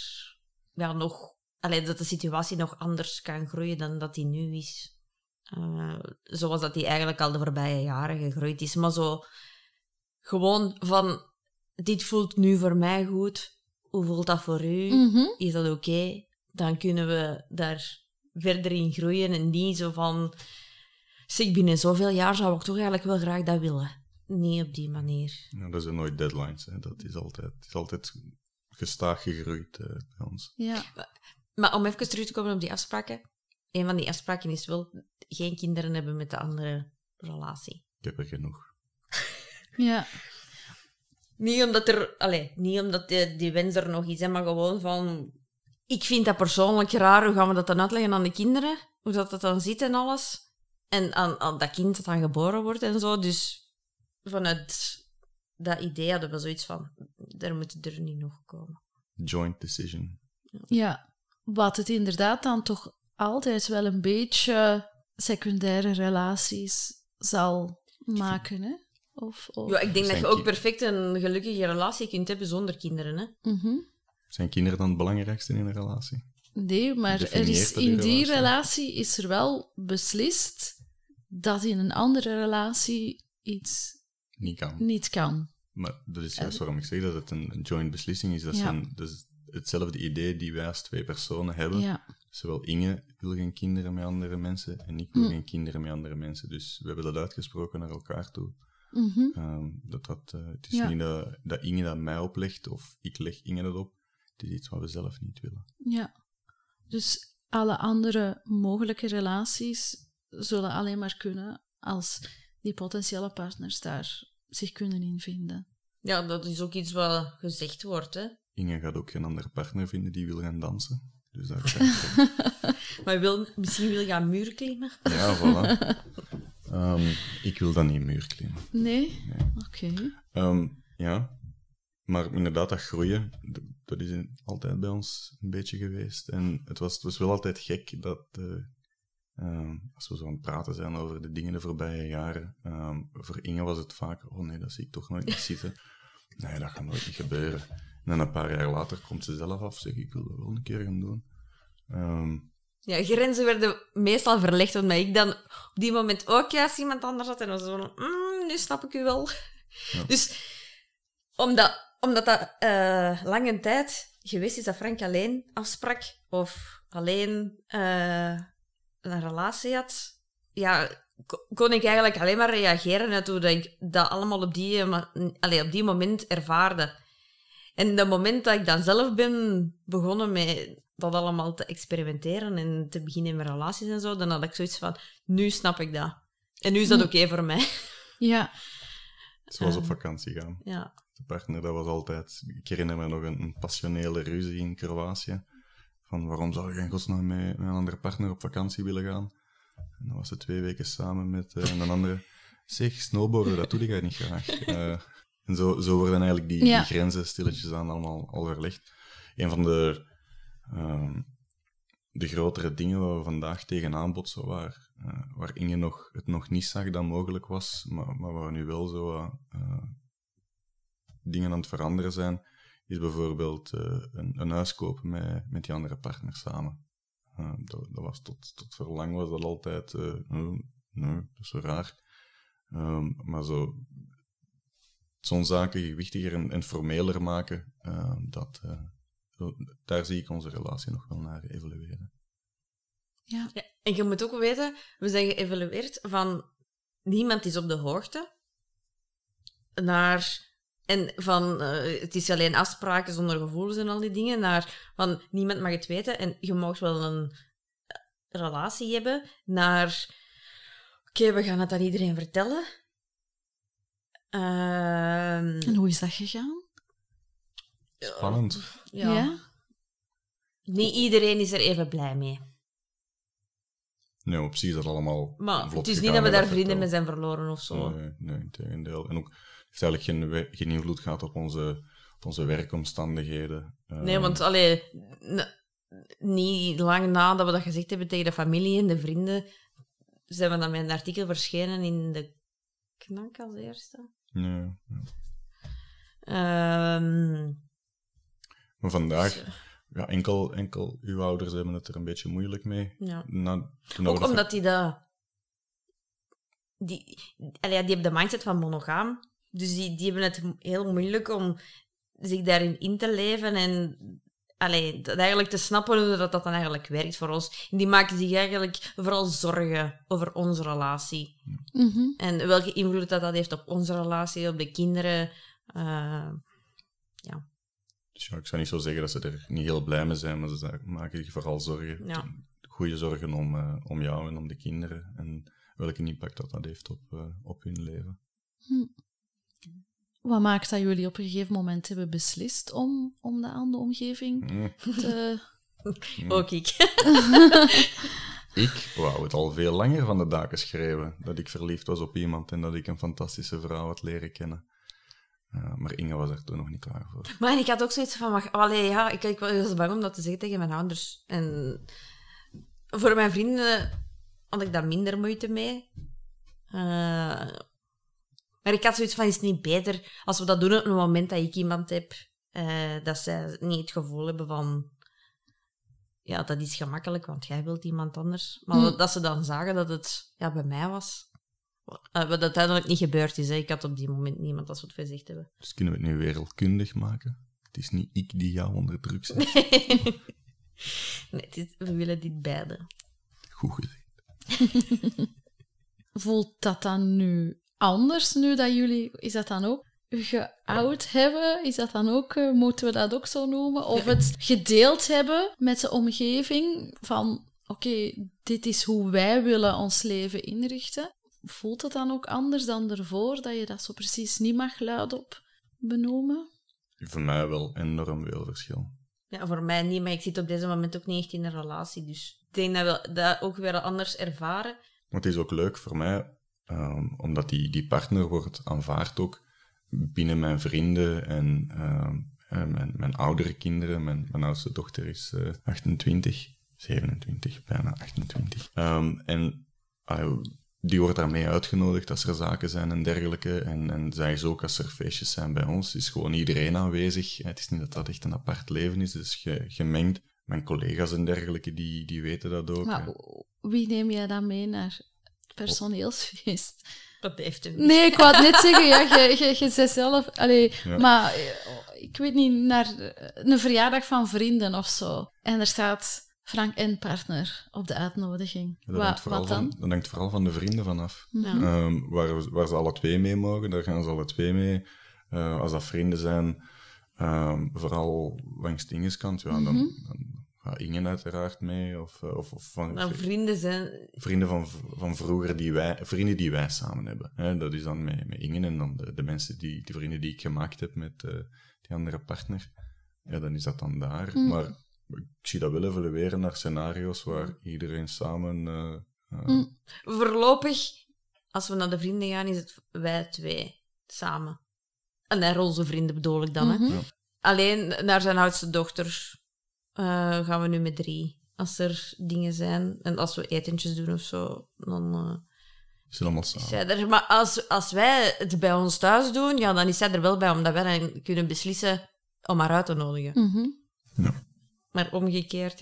dat de situatie nog anders kan groeien dan dat die nu is. Zoals dat die eigenlijk al de voorbije jaren gegroeid is. Maar zo gewoon van, dit voelt nu voor mij goed. Hoe voelt dat voor u? Is dat oké? Dan kunnen we daar verder in groeien en niet zo van, zeg, binnen zoveel jaar zou ik toch eigenlijk wel graag dat willen. Niet op die manier. Ja, dat zijn nooit deadlines. Hè. Dat is altijd gestaag gegroeid bij ons. Ja. Maar om even terug te komen op die afspraken. Een van die afspraken is wel geen kinderen hebben met de andere relatie. Ik heb er genoeg. Ja. Niet omdat die wens er nog is, hè, maar gewoon van... Ik vind dat persoonlijk raar. Hoe gaan we dat dan uitleggen aan de kinderen? Hoe dat dan zit en alles. En aan dat kind dat dan geboren wordt en zo. Dus vanuit dat idee hadden we zoiets van... Daar moet er niet nog komen. Joint decision. Ja. Wat het inderdaad dan toch altijd wel een beetje secundaire relaties zal maken, hè? Of... Ja, ik denk dat je ook perfect een gelukkige relatie kunt hebben zonder kinderen, hè? Zijn kinderen dan het belangrijkste in een relatie? Nee, maar in die relatie is er wel beslist dat in een andere relatie iets niet kan. Maar dat is juist waarom ik zeg dat het een joint beslissing is. Dat is hetzelfde idee die wij als twee personen hebben. Ja. Zowel Inge wil geen kinderen met andere mensen en ik wil geen kinderen met andere mensen. Dus we hebben dat uitgesproken naar elkaar toe. Het is niet dat Inge dat mij oplegt of ik leg Inge dat op. Het is iets wat we zelf niet willen. Ja, dus alle andere mogelijke relaties zullen alleen maar kunnen als die potentiële partners daar zich kunnen in vinden. Ja, dat is ook iets wat gezegd wordt, hè. Inge gaat ook geen andere partner vinden die wil gaan dansen. Dus daar maar misschien wil je gaan muur klimmen? Ja, voilà. Ik wil dan niet muur klimmen. Nee? Oké. Ja, maar inderdaad, dat groeien, dat is altijd bij ons een beetje geweest. En het was wel altijd gek dat, als we zo aan het praten zijn over de dingen de voorbije jaren, voor Inge was het vaak, oh nee, dat zie ik toch nooit niet zitten. Nee, dat gaat nooit niet gebeuren. En dan een paar jaar later komt ze zelf af, zeg ik wil dat wel een keer gaan doen. Ja, grenzen werden meestal verlegd, omdat ik dan op die moment ook juist iemand anders had en was zo van, nu snap ik u wel. Ja. Dus omdat dat lange tijd geweest is dat Frank alleen afsprak of alleen een relatie had, ja, kon ik eigenlijk alleen maar reageren uit hoe dat ik dat allemaal op die moment ervaarde. En dat moment dat ik dan zelf ben begonnen met dat allemaal te experimenteren en te beginnen met relaties en zo, dan had ik zoiets van, nu snap ik dat. En nu is dat oké voor mij. Ja. Zoals op vakantie gaan. Ja. De partner, dat was altijd... Ik herinner me nog een passionele ruzie in Kroatië. Van waarom zou je in godsnaam met een andere partner op vakantie willen gaan? En dan was ze 2 weken samen met een andere. Zeg, snowboarden, dat doe ik niet graag. En zo worden eigenlijk die grenzen stilletjes aan allemaal al verlegd. Een van de grotere dingen waar we vandaag tegenaan botsen, waar Inge het nog niet zag dat mogelijk was, maar waar we nu wel zo dingen aan het veranderen zijn, is bijvoorbeeld een huis kopen met die andere partner samen. Dat was tot verlang was dat altijd... nee, dat is zo raar. Maar zo'n zaken gewichtiger en formeler maken, daar zie ik onze relatie nog wel naar evolueren. Ja. Ja, en je moet ook weten, we zijn geëvalueerd van niemand is op de hoogte naar... En van, het is alleen afspraken zonder gevoelens en al die dingen, naar van, niemand mag het weten en je mag wel een relatie hebben, naar, oké, we gaan het aan iedereen vertellen. En hoe is dat gegaan? Spannend. Ja. Niet iedereen is er even blij mee. Nee, op zich is dat allemaal Maar vlot het is niet gegaan dat we met daar vrienden mee vertel. zijn verloren of zo. Nee, integendeel. En ook, het heeft eigenlijk geen invloed gehad op onze werkomstandigheden. Nee, want niet lang nadat we dat gezegd hebben tegen de familie en de vrienden, zijn we dan met een artikel verschenen in de Knak als eerste. Ja. Maar Dus, vandaag, ja, enkel uw ouders hebben het er een beetje moeilijk mee. ja. Toen Ook omdat die hebben de mindset van monogaam. Dus die hebben het heel moeilijk om zich daarin in te leven en dat eigenlijk te snappen hoe dat dan eigenlijk werkt voor ons. En die maken zich eigenlijk vooral zorgen over onze relatie. Mhm. En welke invloed dat heeft op onze relatie, op de kinderen. Ja. Dus ja, ik zou niet zo zeggen dat ze er niet heel blij mee zijn, maar ze maken zich vooral zorgen. Ja. Goede zorgen om jou en om de kinderen. En welke impact dat heeft op hun leven. Wat maakt dat jullie op een gegeven moment hebben beslist om dat aan de omgeving te... Ook ik. Ik wou het al veel langer van de daken schreeuwen. Dat ik verliefd was op iemand en dat ik een fantastische vrouw had leren kennen. Maar Inge was er toen nog niet klaar voor. Maar ik had ook zoiets van... Ik was bang om dat te zeggen tegen mijn ouders. En voor mijn vrienden had ik daar minder moeite mee. Maar ik had zoiets van, is het niet beter als we dat doen op het moment dat ik iemand heb, dat zij niet het gevoel hebben van... Ja, dat is gemakkelijk, want jij wilt iemand anders. Maar dat ze dan zagen dat het bij mij was. Wat uiteindelijk niet gebeurd is. Hè. Ik had op die moment niemand als we het gezegd hebben. Dus kunnen we het nu wereldkundig maken? Het is niet ik die jou onder druk zet. Nee, we willen dit beide. Goed gezegd. Voelt dat dan nu anders, nu dat jullie... Is dat dan ook geoud hebben? Is dat dan ook... moeten we dat ook zo noemen? Of het gedeeld hebben met de omgeving van... Oké, dit is hoe wij willen ons leven inrichten. Voelt het dan ook anders dan ervoor, dat je dat zo precies niet mag luidop benoemen? Voor mij wel enorm veel verschil. Ja, voor mij niet, maar ik zit op deze moment ook niet echt in een relatie. Dus ik denk dat we dat ook weer anders ervaren. Maar het is ook leuk voor mij, omdat die partner wordt aanvaard ook binnen mijn vrienden en mijn oudere kinderen. Mijn oudste dochter is 27, bijna 28. Die wordt daarmee uitgenodigd als er zaken zijn en dergelijke. En zij is ook, als er feestjes zijn bij ons, is gewoon iedereen aanwezig. Het is niet dat dat echt een apart leven is, dus gemengd. Mijn collega's en dergelijke, die weten dat ook. Maar wie neem jij dan mee naar het personeelsfeest? Dat heeft hem. Nee, ik wou het net zeggen, ja, je zei zelf... Allee, Ja. maar ik weet niet, naar een verjaardag van vrienden of zo. En er staat Frank en partner op de uitnodiging. Ja, Wat dan? dat hangt vooral van de vrienden vanaf. Ja. Waar ze alle twee mee mogen, daar gaan ze alle twee mee. Als dat vrienden zijn, vooral langs de Ingeskant, ja, dan gaat Ingen uiteraard mee. Of van Nou, vrienden zijn... vrienden van vroeger, vrienden die wij samen hebben. Hè. Dat is dan met Ingen en dan de mensen, die vrienden die ik gemaakt heb met die andere partner. Ja, dan is dat dan daar. Maar ik zie dat wel evolueren naar scenario's waar iedereen samen... Voorlopig, als we naar de vrienden gaan, is het wij twee samen. En naar onze vrienden bedoel ik dan. Hè? Ja. Alleen naar zijn oudste dochter gaan we nu met 3. Als er dingen zijn en als we etentjes doen of zo, dan Ze zijn allemaal is samen. zij er. Maar als wij het bij ons thuis doen, ja, dan is zij er wel bij, omdat wij dan kunnen beslissen om haar uit te nodigen. Mhm. Maar omgekeerd,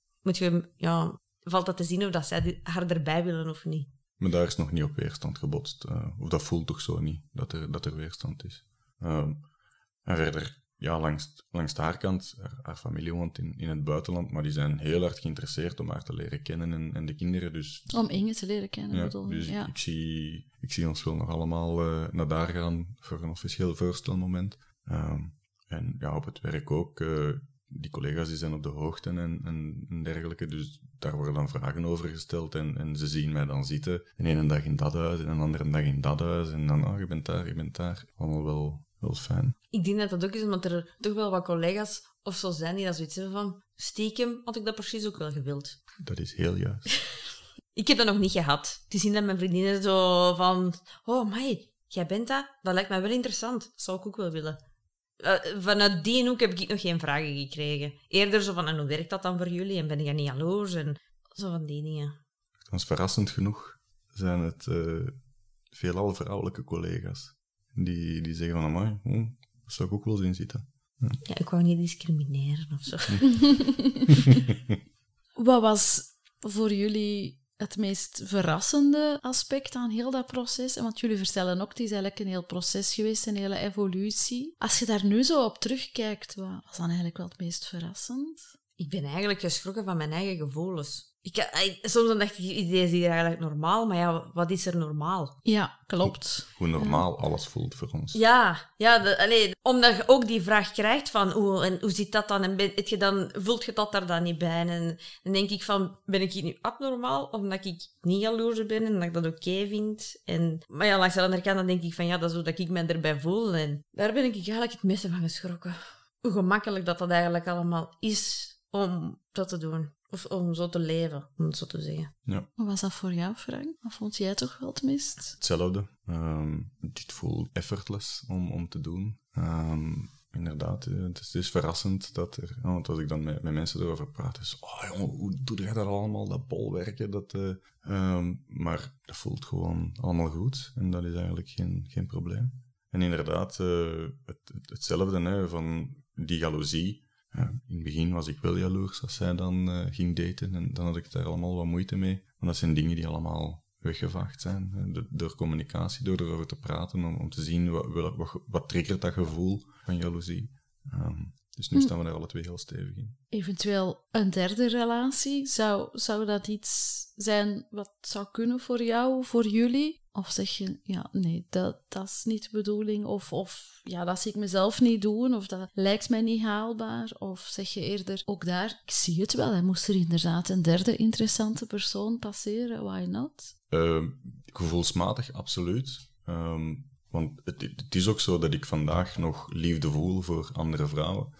valt dat te zien of dat zij haar erbij willen of niet. Maar daar is nog niet op weerstand gebotst. Of dat voelt toch zo niet, dat er weerstand is. En verder, ja, langs haar kant, haar familie woont in het buitenland, maar die zijn heel hard geïnteresseerd om haar te leren kennen en de kinderen. Dus, Om Inge te leren kennen, ja, bedoel je? dus Ja. ik zie ons wel nog allemaal naar daar gaan voor een officieel voorstelmoment. En ja, op het werk ook. Die collega's die zijn op de hoogte en dergelijke, dus daar worden dan vragen over gesteld en ze zien mij dan zitten. De ene dag in dat huis en de andere dag in dat huis en dan, je bent daar. Allemaal wel fijn. Ik denk dat dat ook is omdat er toch wel wat collega's of zo zijn die dat zoiets hebben van stiekem had ik dat precies ook wel gewild. Dat is heel juist. Ik heb dat nog niet gehad. Te zien dat mijn vriendinnen zo van oh, mai, jij bent dat? Dat lijkt mij wel interessant. Dat zou ik ook wel willen. Vanuit die hoek heb ik nog geen vragen gekregen. Eerder zo van, en hoe werkt dat dan voor jullie? En ben jij niet jaloers? En zo van die dingen. Trouwens, verrassend genoeg zijn het veelal vrouwelijke collega's. Die zeggen van, amai, dat zou ik ook wel zien zitten. Ja, ik wou niet discrimineren of zo. Wat was voor jullie het meest verrassende aspect aan heel dat proces? Want jullie vertellen ook, het is eigenlijk een heel proces geweest, een hele evolutie. Als je daar nu zo op terugkijkt, wat was dan eigenlijk wel het meest verrassend? Ik ben eigenlijk geschrokken van mijn eigen gevoelens. Soms dan dacht ik, is deze hier eigenlijk normaal? Maar ja, wat is er normaal? Ja, klopt. Hoe normaal alles voelt voor ons. Ja, omdat je ook die vraag krijgt van hoe zit dat dan? En voelt je dat daar dan niet bij? En dan denk ik van, ben ik hier nu abnormaal? Omdat ik niet jaloers ben en dat ik dat oké vind? Maar ja, langs de andere kant dan denk ik van, ja, dat is hoe dat ik me erbij voel. En daar ben ik eigenlijk het meeste van geschrokken. Hoe gemakkelijk dat eigenlijk allemaal is om dat te doen. Of om zo te leven, om het zo te zeggen. Ja. Wat was dat voor jou, Frank? Wat vond jij toch wel het meest? Hetzelfde. Dit voelt effortless om te doen. Inderdaad, het is verrassend dat er... want als ik dan met mensen erover praat, is jongen, hoe doe jij dat allemaal, dat bolwerken? Maar dat voelt gewoon allemaal goed. En dat is eigenlijk geen probleem. En inderdaad, hetzelfde hè, van die jaloezie. In het begin was ik wel jaloers als zij dan ging daten. En dan had ik daar allemaal wat moeite mee. Want dat zijn dingen die allemaal weggevaagd zijn. Door communicatie, door erover te praten, om te zien wat triggert dat gevoel van jaloezie. Dus nu staan we daar alle twee heel stevig in. Eventueel een derde relatie, zou dat iets zijn wat zou kunnen voor jou, voor jullie? Of zeg je, ja, nee, dat is niet de bedoeling. Of ja, dat zie ik mezelf niet doen. Of dat lijkt mij niet haalbaar. Of zeg je eerder, ook daar, ik zie het wel. Hij moest er inderdaad een derde interessante persoon passeren. Why not? Gevoelsmatig, absoluut. Want het is ook zo dat ik vandaag nog liefde voel voor andere vrouwen.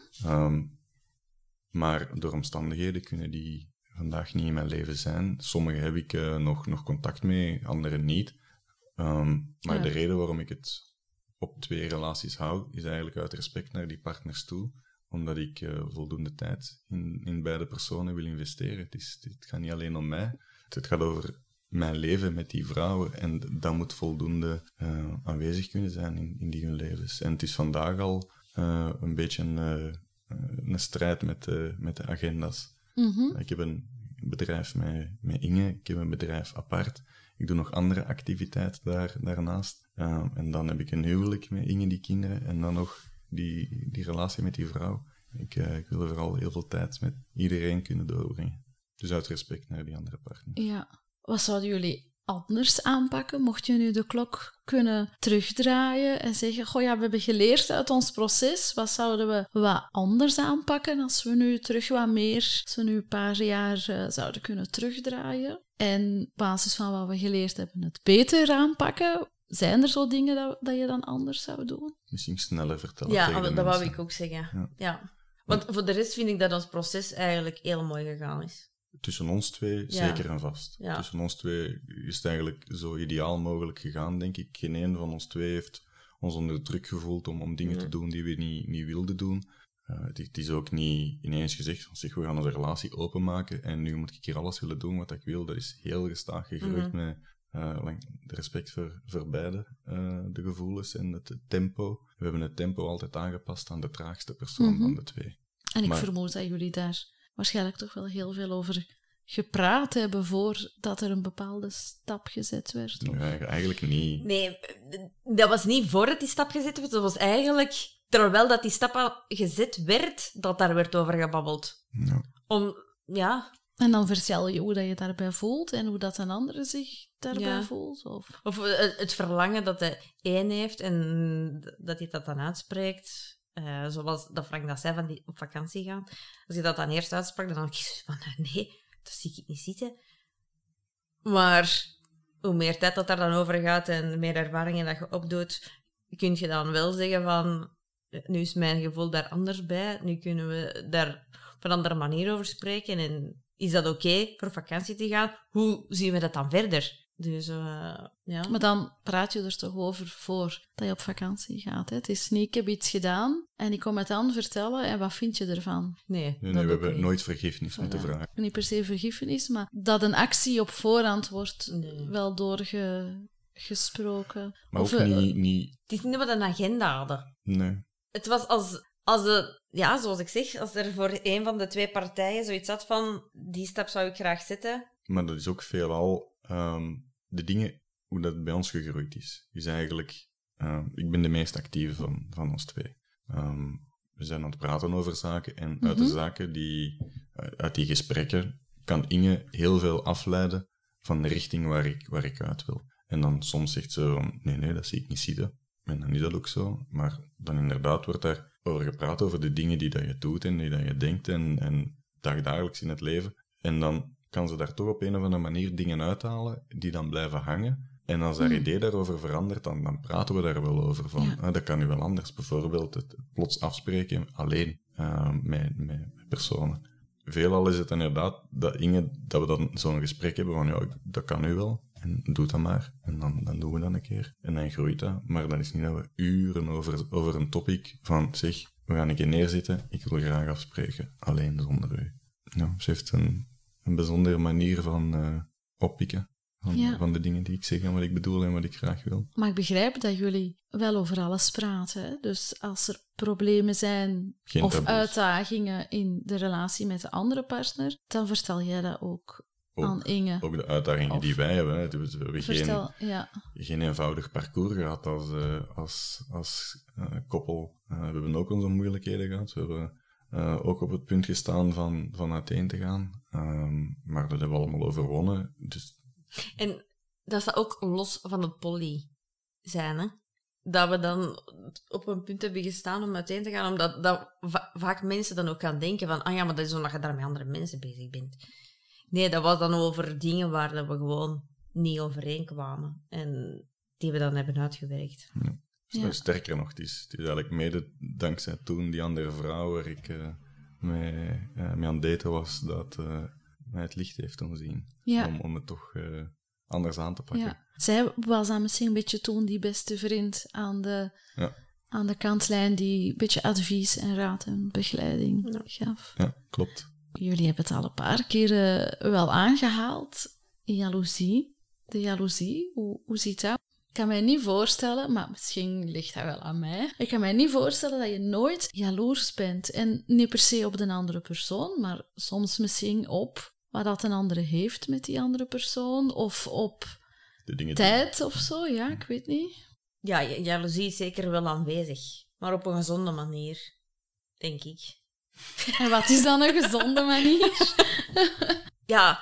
Maar door omstandigheden kunnen die vandaag niet in mijn leven zijn. Sommige heb ik nog contact mee, andere niet. Maar de reden waarom ik het op 2 relaties hou, is eigenlijk uit respect naar die partners toe. Omdat ik voldoende tijd in beide personen wil investeren. Het gaat niet alleen om mij. Het gaat over mijn leven met die vrouwen. En dat moet voldoende aanwezig kunnen zijn in die hun levens. En het is vandaag al een beetje een strijd met de agenda's. Ik heb een bedrijf met Inge, ik heb een bedrijf apart. Ik doe nog andere activiteiten daarnaast. En dan heb ik een huwelijk met Inge, die kinderen, en dan nog die relatie met die vrouw. Ik wil vooral heel veel tijd met iedereen kunnen doorbrengen. Dus uit respect naar die andere partner. Ja. Wat zouden jullie anders aanpakken? Mocht je nu de klok kunnen terugdraaien en zeggen, goh ja, we hebben geleerd uit ons proces. Wat zouden we wat anders aanpakken als we nu terug wat meer, als we nu een paar jaar zouden kunnen terugdraaien? En op basis van wat we geleerd hebben, het beter aanpakken? Zijn er zo dingen dat je dan anders zou doen? Misschien sneller vertellen Ja, tegen de dat wou mensen. ik ook zeggen. Ja. Ja. Want voor de rest vind ik dat ons proces eigenlijk heel mooi gegaan is. Tussen ons twee, Ja. zeker en vast. Ja. Tussen ons twee is het eigenlijk zo ideaal mogelijk gegaan, denk ik. Geen een van ons twee heeft ons onder druk gevoeld om dingen te doen die we niet wilden doen. Het is ook niet ineens gezegd van, zeg, we gaan onze relatie openmaken en nu moet ik hier alles willen doen wat ik wil. Dat is heel gestaag gegroeid met de respect voor beide, de gevoelens en het tempo. We hebben het tempo altijd aangepast aan de traagste persoon van de twee. En ik Maar- vermoed dat jullie daar waarschijnlijk toch wel heel veel over gepraat hebben voordat er een bepaalde stap gezet werd. Of... Ja, eigenlijk niet. Nee, dat was niet voordat die stap gezet werd. Dat was eigenlijk terwijl dat die stap al gezet werd, dat daar werd over gebabbeld. Ja. En dan vertel je hoe dat je daarbij voelt en hoe dat een andere zich daarbij Ja. voelt. Of... Of het verlangen dat de een heeft en dat hij dat dan uitspreekt. Zoals dat Frank dat zei, van die op vakantie gaan. Als je dat dan eerst uitsprak, dan had ik zoiets van, nee, dat zie ik niet zitten. Maar hoe meer tijd dat daar dan over gaat en meer ervaringen dat je opdoet, kun je dan wel zeggen van, nu is mijn gevoel daar anders bij, nu kunnen we daar op een andere manier over spreken en is dat oké voor vakantie te gaan? Hoe zien we dat dan verder? Dus ja. Maar dan praat je er toch over voordat je op vakantie gaat. Hè? Het is niet, ik heb iets gedaan en ik kom het aan vertellen en wat vind je ervan? Nee, Nee, dat we ook hebben niet. nooit vergiffenis moeten Voilà. vragen. Niet per se vergiffenis, maar dat een actie op voorhand wordt wel doorgesproken. Maar Of, ook niet... Het is niet dat we een agenda hadden. Nee. Het was zoals ik zeg, als er voor een van de twee partijen zoiets had van, die stap zou ik graag zetten. Maar dat is ook veelal de dingen, hoe dat bij ons gegroeid is eigenlijk... ik ben de meest actieve van ons twee. We zijn aan het praten over zaken en uit de zaken uit die gesprekken kan Inge heel veel afleiden van de richting waar ik uit wil. En dan soms zegt ze van, nee, dat zie ik niet zitten. En dan is dat ook zo. Maar dan inderdaad wordt daar over gepraat, over de dingen die dat je doet en die dat je denkt en dagelijks in het leven. En dan kan ze daar toch op een of andere manier dingen uithalen die dan blijven hangen. En als haar idee daarover verandert, dan praten we daar wel over. Van, dat kan nu wel anders. Bijvoorbeeld het plots afspreken alleen met personen. Veelal is het inderdaad dat we dan zo'n gesprek hebben van, ja, dat kan nu wel. En doe dat maar. En dan doen we dat een keer. En dan groeit dat. Maar dan is niet dat we uren over een topic van, zeg, we gaan een keer neerzitten. Ik wil graag afspreken. Alleen zonder u. Ja, ze heeft een bijzondere manier van oppikken. Van de dingen die ik zeg en wat ik bedoel en wat ik graag wil. Maar ik begrijp dat jullie wel over alles praten. Hè? Dus als er problemen zijn Geen of taboes. uitdagingen in de relatie met de andere partner, dan vertel jij dat ook aan Inge. Ook de uitdagingen die wij hebben. Hè. We hebben geen eenvoudig parcours gehad als koppel. We hebben ook onze moeilijkheden gehad. We hebben ook op het punt gestaan van uiteen te gaan. Maar dat hebben we allemaal overwonnen. Dus En dat staat ook los van het poly zijn, hè? Dat we dan op een punt hebben gestaan om uiteen te gaan, omdat vaak mensen dan ook gaan denken van, maar dat is omdat je daar met andere mensen bezig bent. Nee, dat was dan over dingen waar we gewoon niet overeen kwamen. En die we dan hebben uitgewerkt. Ja. Sterker nog, het is eigenlijk mede dankzij toen die andere vrouw waar ik mee aan het daten was, dat mij het licht heeft doen zien. Ja. Om het toch anders aan te pakken. Ja. Zij was dan misschien een beetje toen die beste vriend aan de kantlijn die een beetje advies en raad en begeleiding gaf. Ja, klopt. Jullie hebben het al een paar keer wel aangehaald. Jaloezie. De jaloezie, hoe zit dat? Ik kan mij niet voorstellen, maar misschien ligt dat wel aan mij. Ik kan mij niet voorstellen dat je nooit jaloers bent. En niet per se op de andere persoon, maar soms misschien op wat dat een andere heeft met die andere persoon. Of op de dingen... tijd of zo, ja, ik weet niet. Ja, jaloezie is zeker wel aanwezig. Maar op een gezonde manier, denk ik. En wat is dan een gezonde manier? Ja,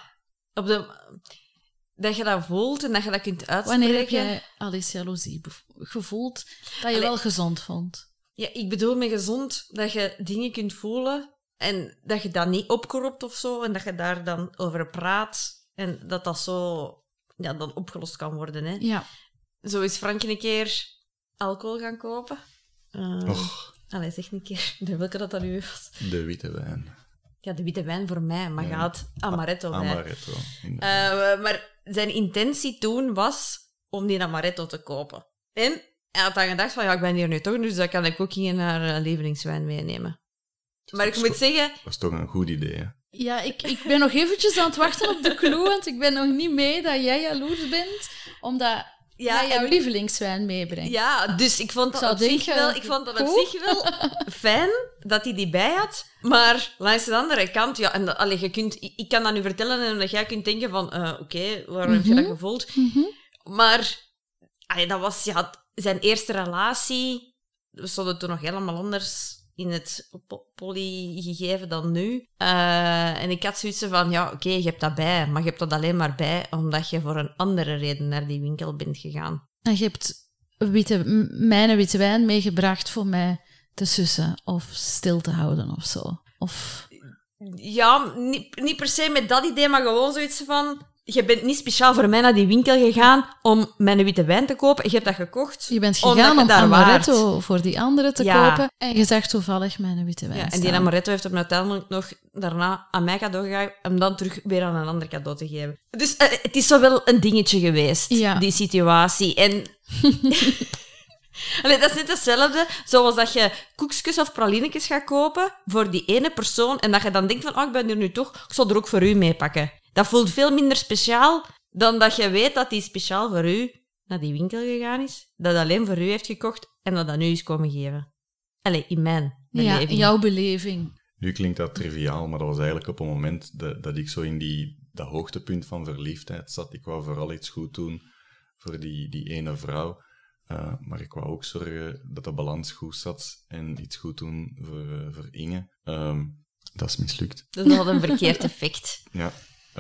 dat je dat voelt en dat je dat kunt uitspreken. Wanneer heb jij al eens jaloezie gevoeld dat je wel gezond vond? Ja, ik bedoel met gezond dat je dingen kunt voelen en dat je dat niet opkropt of zo en dat je daar dan over praat en dat zo dan opgelost kan worden. Hè. Ja. Zo is Frank een keer alcohol gaan kopen. Allee, zeg een keer. Welke dat nu was. De witte wijn. Ja, de witte wijn voor mij, maar je had amaretto bij. Amaretto. Maar zijn intentie toen was om die amaretto te kopen. En hij had dan gedacht van, ja, ik ben hier nu toch, dus dan kan ik ook geen naar lievelingswijn meenemen. Maar ik moet zeggen... Dat is toch een goed idee, hè? Ja, ik ben nog eventjes aan het wachten op de clue, want ik ben nog niet mee dat jij jaloers bent, omdat jij jouw lievelingswijn meebrengt. Ja, dus ik vond dat, op zich wel fijn dat hij die bij had. Maar langs de andere kant, ja, en ik kan dat nu vertellen en dat jij kunt denken van, oké, waarom heb je dat gevoeld? Maar dat was zijn eerste relatie. We stonden toen nog helemaal anders in het polygegeven dan nu. En ik had zoiets van, ja, oké, je hebt dat bij, maar je hebt dat alleen maar bij omdat je voor een andere reden naar die winkel bent gegaan. En je hebt mijn witte wijn meegebracht voor mij te sussen of stil te houden of zo. Of... Ja, niet per se met dat idee, maar gewoon zoiets van... Je bent niet speciaal voor mij naar die winkel gegaan om mijn witte wijn te kopen. Je hebt dat gekocht. Je bent gegaan om amaretto voor die andere te kopen. En je zegt toevallig mijn witte wijn. Ja, en die amaretto heeft hem uiteindelijk nog daarna aan mij cadeau gegeven. Om dan terug weer aan een ander cadeau te geven. Dus het is zo wel een dingetje geweest, die situatie. En... Allee, dat is net hetzelfde zoals dat je koekjes of pralinetjes gaat kopen voor die ene persoon en dat je dan denkt van, ik ben hier nu toch, ik zal er ook voor u mee pakken. Dat voelt veel minder speciaal dan dat je weet dat die speciaal voor u naar die winkel gegaan is, dat alleen voor u heeft gekocht en dat aan u is komen geven. Allee, in mijn beleving. Ja, in jouw beleving. Nu klinkt dat triviaal, maar dat was eigenlijk op een moment dat ik zo in dat hoogtepunt van verliefdheid zat. Ik wou vooral iets goed doen voor die ene vrouw. Maar ik wou ook zorgen dat de balans goed zat en iets goed doen voor Inge. Dat is mislukt. Dat had een verkeerd effect. Ja,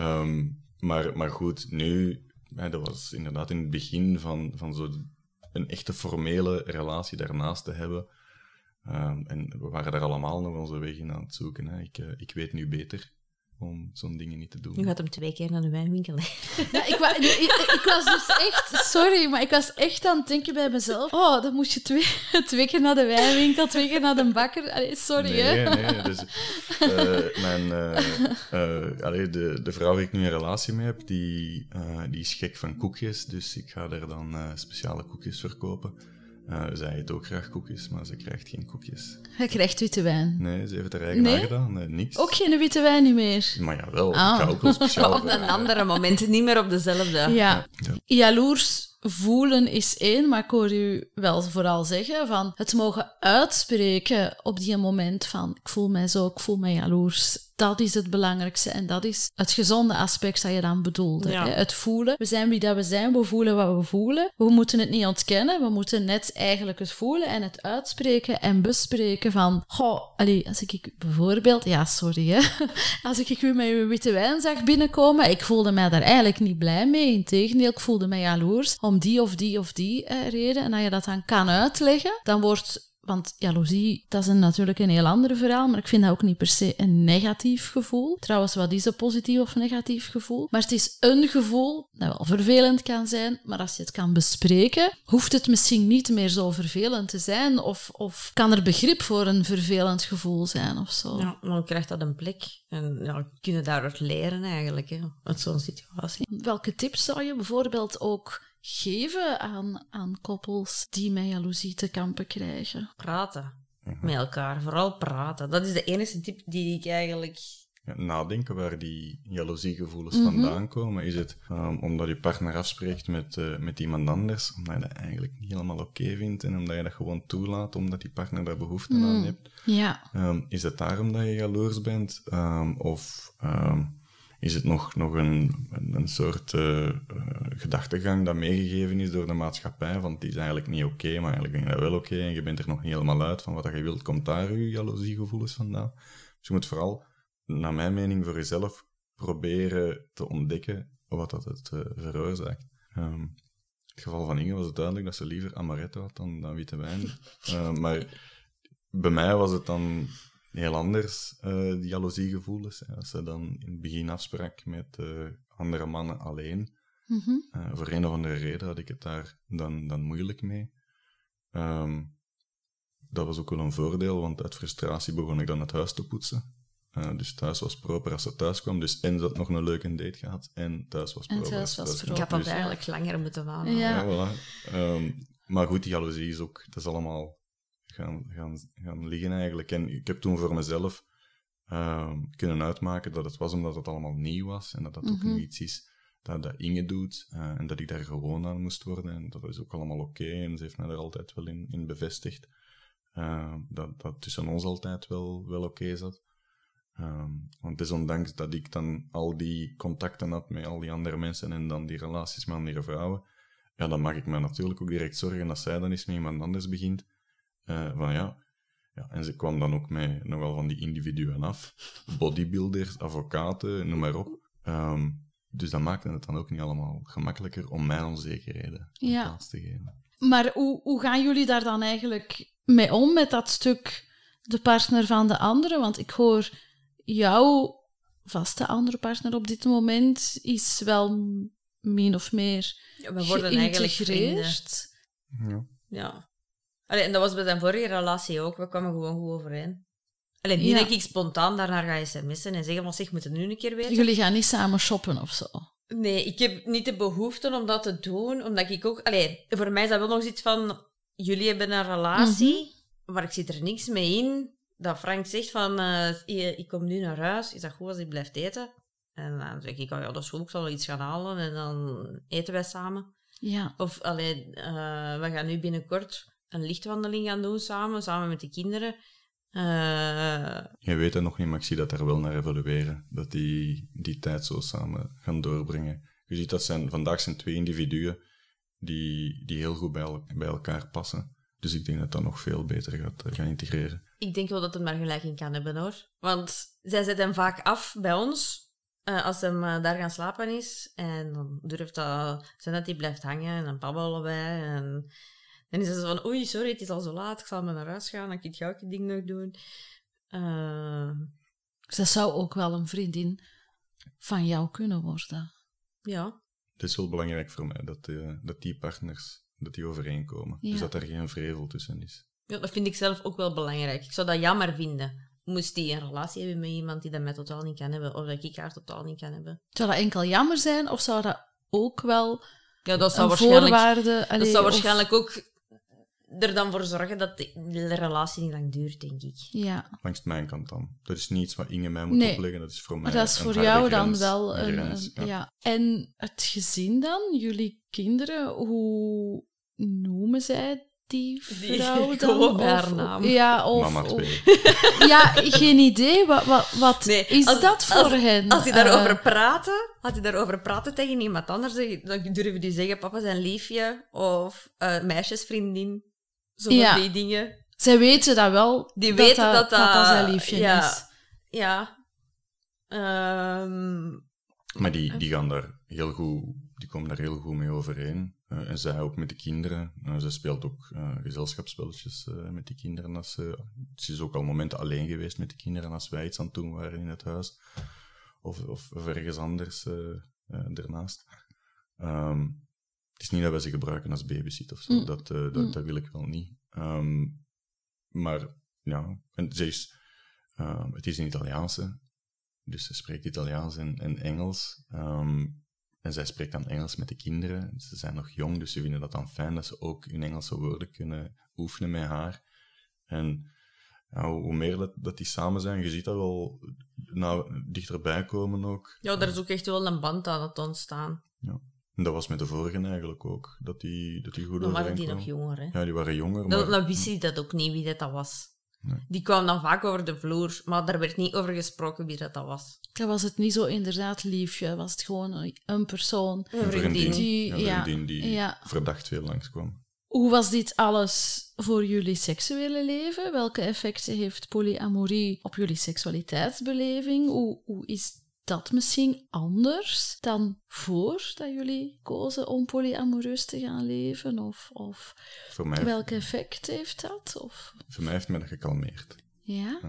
maar goed, nu... dat was inderdaad in het begin van zo een echte formele relatie daarnaast te hebben. En we waren daar allemaal nog onze weg in aan het zoeken. Hè. Ik weet nu beter om zo'n dingen niet te doen. Nu gaat hem 2 keer naar de wijnwinkel. Ja, ik was dus echt... Sorry, maar ik was echt aan het denken bij mezelf. Oh, dan moest je 2 keer naar de wijnwinkel, 2 keer naar de bakker. Allee, sorry, hè. Nee. Dus, de vrouw waar ik nu een relatie mee heb, die is gek van koekjes. Dus ik ga daar dan speciale koekjes verkopen. Zij eet ook graag koekjes, maar ze krijgt geen koekjes. Hij krijgt witte wijn. Nee, ze heeft er eigen aangedaan. Nee, niks. Ook geen witte wijn niet meer? Maar jawel, ik ga ook wel speciaal... Op een andere moment, niet meer op dezelfde. Ja. Jaloers voelen is één, maar ik hoor u wel vooral zeggen van het mogen uitspreken op die moment van ik voel mij zo, ik voel mij jaloers. Dat is het belangrijkste en dat is het gezonde aspect dat je dan bedoelde. Ja. Hè? Het voelen. We zijn wie dat we zijn, we voelen wat we voelen. We moeten het niet ontkennen, we moeten net eigenlijk het voelen en het uitspreken en bespreken van als ik bijvoorbeeld, als ik u met uw witte wijn zag binnenkomen, ik voelde mij daar eigenlijk niet blij mee. Integendeel, ik voelde mij jaloers om die of die of die reden. En dat je dat dan kan uitleggen, dan wordt... Want jaloezie, dat is natuurlijk een heel ander verhaal, maar ik vind dat ook niet per se een negatief gevoel. Trouwens, wat is een positief of negatief gevoel? Maar het is een gevoel dat wel vervelend kan zijn, maar als je het kan bespreken, hoeft het misschien niet meer zo vervelend te zijn of kan er begrip voor een vervelend gevoel zijn of zo. Ja, dan krijgt dat een plek. En we kunnen daaruit leren eigenlijk, hè, uit zo'n situatie. Welke tips zou je bijvoorbeeld ook geven aan koppels die met jaloezie te kampen krijgen? Praten met elkaar, vooral praten. Dat is de enige tip die ik eigenlijk... Ja, nadenken waar die jaloeziegevoelens vandaan komen. Is het omdat je partner afspreekt met iemand anders, omdat je dat eigenlijk niet helemaal oké vindt en omdat je dat gewoon toelaat, omdat die partner daar behoefte aan heeft? Ja. Is het daarom dat je jaloers bent? is het nog een soort gedachtegang dat meegegeven is door de maatschappij, van het is eigenlijk niet oké, maar eigenlijk ben je dat wel oké, en je bent er nog niet helemaal uit van wat je wilt, komt daar je jaloeziegevoelens vandaan. Dus je moet vooral, naar mijn mening, voor jezelf proberen te ontdekken wat dat het veroorzaakt. In het geval van Inge was het duidelijk dat ze liever amaretto had dan witte wijn. Maar bij mij was het dan heel anders, die jaloeziegevoelens. Als ze dan in het begin afsprak met andere mannen alleen. Voor een of andere reden had ik het daar dan moeilijk mee. Dat was ook wel een voordeel, want uit frustratie begon ik dan het huis te poetsen. Dus thuis was proper als ze thuis kwam. Dus en ze had nog een leuke date gehad. En thuis was proper. Ik had dat eigenlijk langer moeten aanhouden. Ja. Ja, voilà. Maar goed, die jaloezie is ook... Dat is allemaal gaan liggen eigenlijk. En ik heb toen voor mezelf kunnen uitmaken dat het was omdat het allemaal nieuw was. En dat dat ook niet iets is dat Inge doet. En dat ik daar gewoon aan moest worden. En dat is ook allemaal oké. En ze heeft mij er altijd wel in bevestigd. Dat tussen ons altijd wel oké zat. Want desondanks dat ik dan al die contacten had met al die andere mensen en dan die relaties met andere vrouwen, ja, dan mag ik me natuurlijk ook direct zorgen dat zij dan eens met iemand anders begint. En ze kwam dan ook met nogal van die individuen af. Bodybuilders, advocaten, noem maar op. Dus dat maakte het dan ook niet allemaal gemakkelijker om mijn onzekerheden plaats te geven. Maar hoe gaan jullie daar dan eigenlijk mee om, met dat stuk de partner van de andere? Want ik hoor jouw vaste andere partner op dit moment is wel min of meer we worden eigenlijk vrienden. Ja. Allee, en dat was bij zijn vorige relatie ook. We kwamen gewoon goed overeen. Alleen niet dat ik spontaan daarnaar ga sms'en en zeggen, zeg, moet het nu een keer weten? Jullie gaan niet samen shoppen of zo? Nee, ik heb niet de behoefte om dat te doen, omdat ik ook... Allee, voor mij is dat wel nog iets van, jullie hebben een relatie, maar ik zit er niks mee in, dat Frank zegt van, ik kom nu naar huis, is dat goed als ik blijf eten? En dan zeg ik, ja, dat is goed, ik zal wel iets gaan halen en dan eten wij samen. Ja. Of, we gaan nu binnenkort een lichtwandeling gaan doen samen met de kinderen. Je weet het nog niet, maar ik zie dat daar wel naar evolueren. Dat die tijd zo samen gaan doorbrengen. Je ziet dat vandaag zijn 2 individuen die heel goed bij elkaar passen. Dus ik denk dat dat nog veel beter gaat gaan integreren. Ik denk wel dat het maar gelijk in kan hebben, hoor. Want zij zet hem vaak af bij ons, als hem daar gaan slapen is. En dan durft dat zijn dat hij blijft hangen en dan babbelen wij. En dan is het zo van, oei, sorry, het is al zo laat, ik zal maar naar huis gaan, dan kan ik jouw ding nog doen. Dus dat zou ook wel een vriendin van jou kunnen worden. Ja. Het is wel belangrijk voor mij dat die partners dat die overeenkomen. Ja. Dus dat er geen vrevel tussen is. Ja, dat vind ik zelf ook wel belangrijk. Ik zou dat jammer vinden. Moest die een relatie hebben met iemand die dat mij totaal niet kan hebben, of dat ik haar totaal niet kan hebben. Zou dat enkel jammer zijn, of zou dat ook wel dat zou een voorwaarde... Dat zou waarschijnlijk ook er dan voor zorgen dat de relatie niet lang duurt, denk ik. Ja. Langs mijn kant dan. Dat is niet iets wat Inge mij moet opleggen, dat is voor mij. Maar dat is voor jou dan wel een ja. En het gezin dan, jullie kinderen, hoe noemen zij die vrouw dan? Gewoon bij haar naam. Ja, Mama 2. Ja, geen idee. Wat is dat voor hen? Als die daarover praten tegen iemand anders, dan durven die zeggen, papa zijn liefje, of meisjesvriendin. Zo van die dingen. Zij weten dat wel. Die weten dat papa zijn liefje is. Ja. Maar die gaan daar heel goed... Die komen daar heel goed mee overeen. En zij ook met de kinderen. Zij speelt ook gezelschapsspelletjes met die kinderen. Ze is ook al momenten alleen geweest met de kinderen als wij iets aan het doen waren in het huis. Of ergens anders ernaast. Het is niet dat wij ze gebruiken als babysit of zo. Dat wil ik wel niet. Maar ja, en het is een Italiaanse. Dus ze spreekt Italiaans en Engels. En zij spreekt dan Engels met de kinderen. Ze zijn nog jong, dus ze vinden dat dan fijn dat ze ook hun Engelse woorden kunnen oefenen met haar. En ja, hoe meer dat die samen zijn, je ziet dat wel dichterbij komen ook. Ja, daar is ook echt wel een band aan het ontstaan. Ja. En dat was met de vorigen eigenlijk ook, dat die goed overeenkwamen. Dan waren die nog jonger, hè? Ja, die waren jonger. Dan wist hij dat ook niet, wie dat was. Nee. Die kwam dan vaak over de vloer, maar daar werd niet over gesproken wie dat was. Dan was het niet zo inderdaad liefje, was het gewoon een persoon. Een vriendin die ja. verdacht veel langskwam. Hoe was dit alles voor jullie seksuele leven? Welke effecten heeft polyamorie op jullie seksualiteitsbeleving? Hoe is dat misschien anders dan voordat jullie kozen om polyamoreus te gaan leven? Of Voor mij, welk effect heeft dat? Of... voor mij heeft mij dat gekalmeerd. Ja?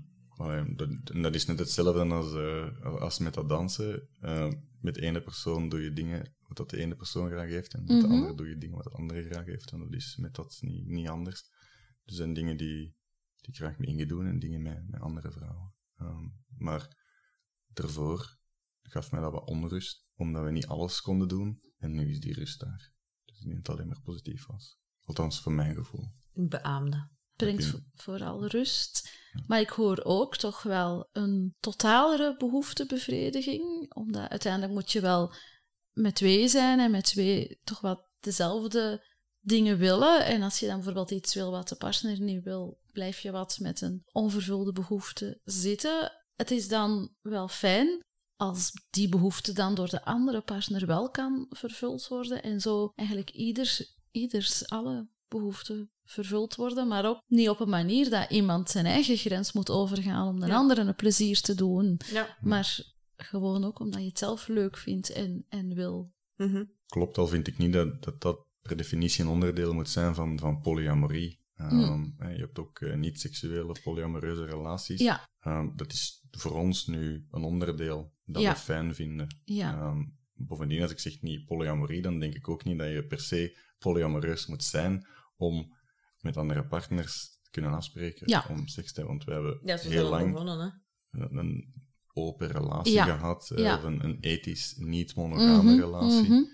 Dat is net hetzelfde als met dat dansen. Met de ene persoon doe je dingen wat de ene persoon graag heeft, en met de andere doe je dingen wat de andere graag heeft. En dat is met dat niet anders. Er zijn dingen die ik graag met Inge doe en dingen met andere vrouwen. Maar daarvoor gaf mij dat wat onrust, omdat we niet alles konden doen. En nu is die rust daar. Dus niet dat het alleen maar positief was. Althans, voor mijn gevoel. Ik beaamde. Brengt vooral rust. Maar ik hoor ook toch wel een totalere behoeftebevrediging. Omdat uiteindelijk moet je wel met twee zijn en met twee toch wat dezelfde dingen willen. En als je dan bijvoorbeeld iets wil wat de partner niet wil, blijf je wat met een onvervulde behoefte zitten. Het is dan wel fijn als die behoefte dan door de andere partner wel kan vervuld worden. En zo eigenlijk ieders alle behoeften vervuld worden, maar ook niet op een manier dat iemand zijn eigen grens moet overgaan om de anderen een plezier te doen. Ja. Maar gewoon ook omdat je het zelf leuk vindt en wil. Klopt, al vind ik niet dat per definitie een onderdeel moet zijn van polyamorie. Je hebt ook niet-seksuele polyamoreuze relaties. Ja. Dat is voor ons nu een onderdeel dat we fijn vinden. Ja. Bovendien, als ik zeg niet polyamorie, dan denk ik ook niet dat je per se polyamoreus moet zijn om met andere partners te kunnen afspreken om seks te hebben. Want we hebben heel lang begonnen, een open relatie gehad, of een ethisch niet-monogame relatie,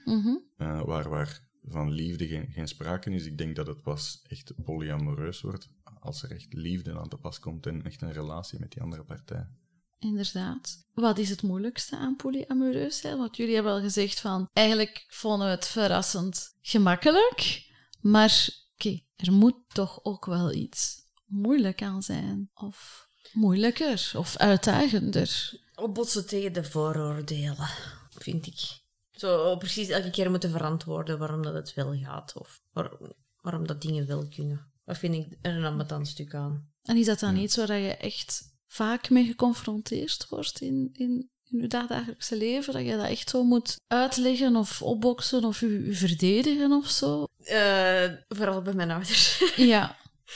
waar van liefde geen sprake is. Ik denk dat het pas echt polyamoreus wordt als er echt liefde aan te pas komt en echt een relatie met die andere partij. Inderdaad. Wat is het moeilijkste aan polyamoreus zijn? Want jullie hebben al gezegd van, eigenlijk vonden we het verrassend gemakkelijk, maar er moet toch ook wel iets moeilijk aan zijn. Of moeilijker, of uitdagender. Opbotsen tegen de vooroordelen, vind ik. Zo precies elke keer moeten verantwoorden waarom dat het wel gaat, of waarom dat dingen wel kunnen. Dat vind ik er een ambetant stuk aan. En is dat dan iets waar je echt vaak mee geconfronteerd wordt in je dagelijkse leven? Dat je dat echt zo moet uitleggen of opboksen of je verdedigen of zo? Vooral bij mijn ouders. Ja.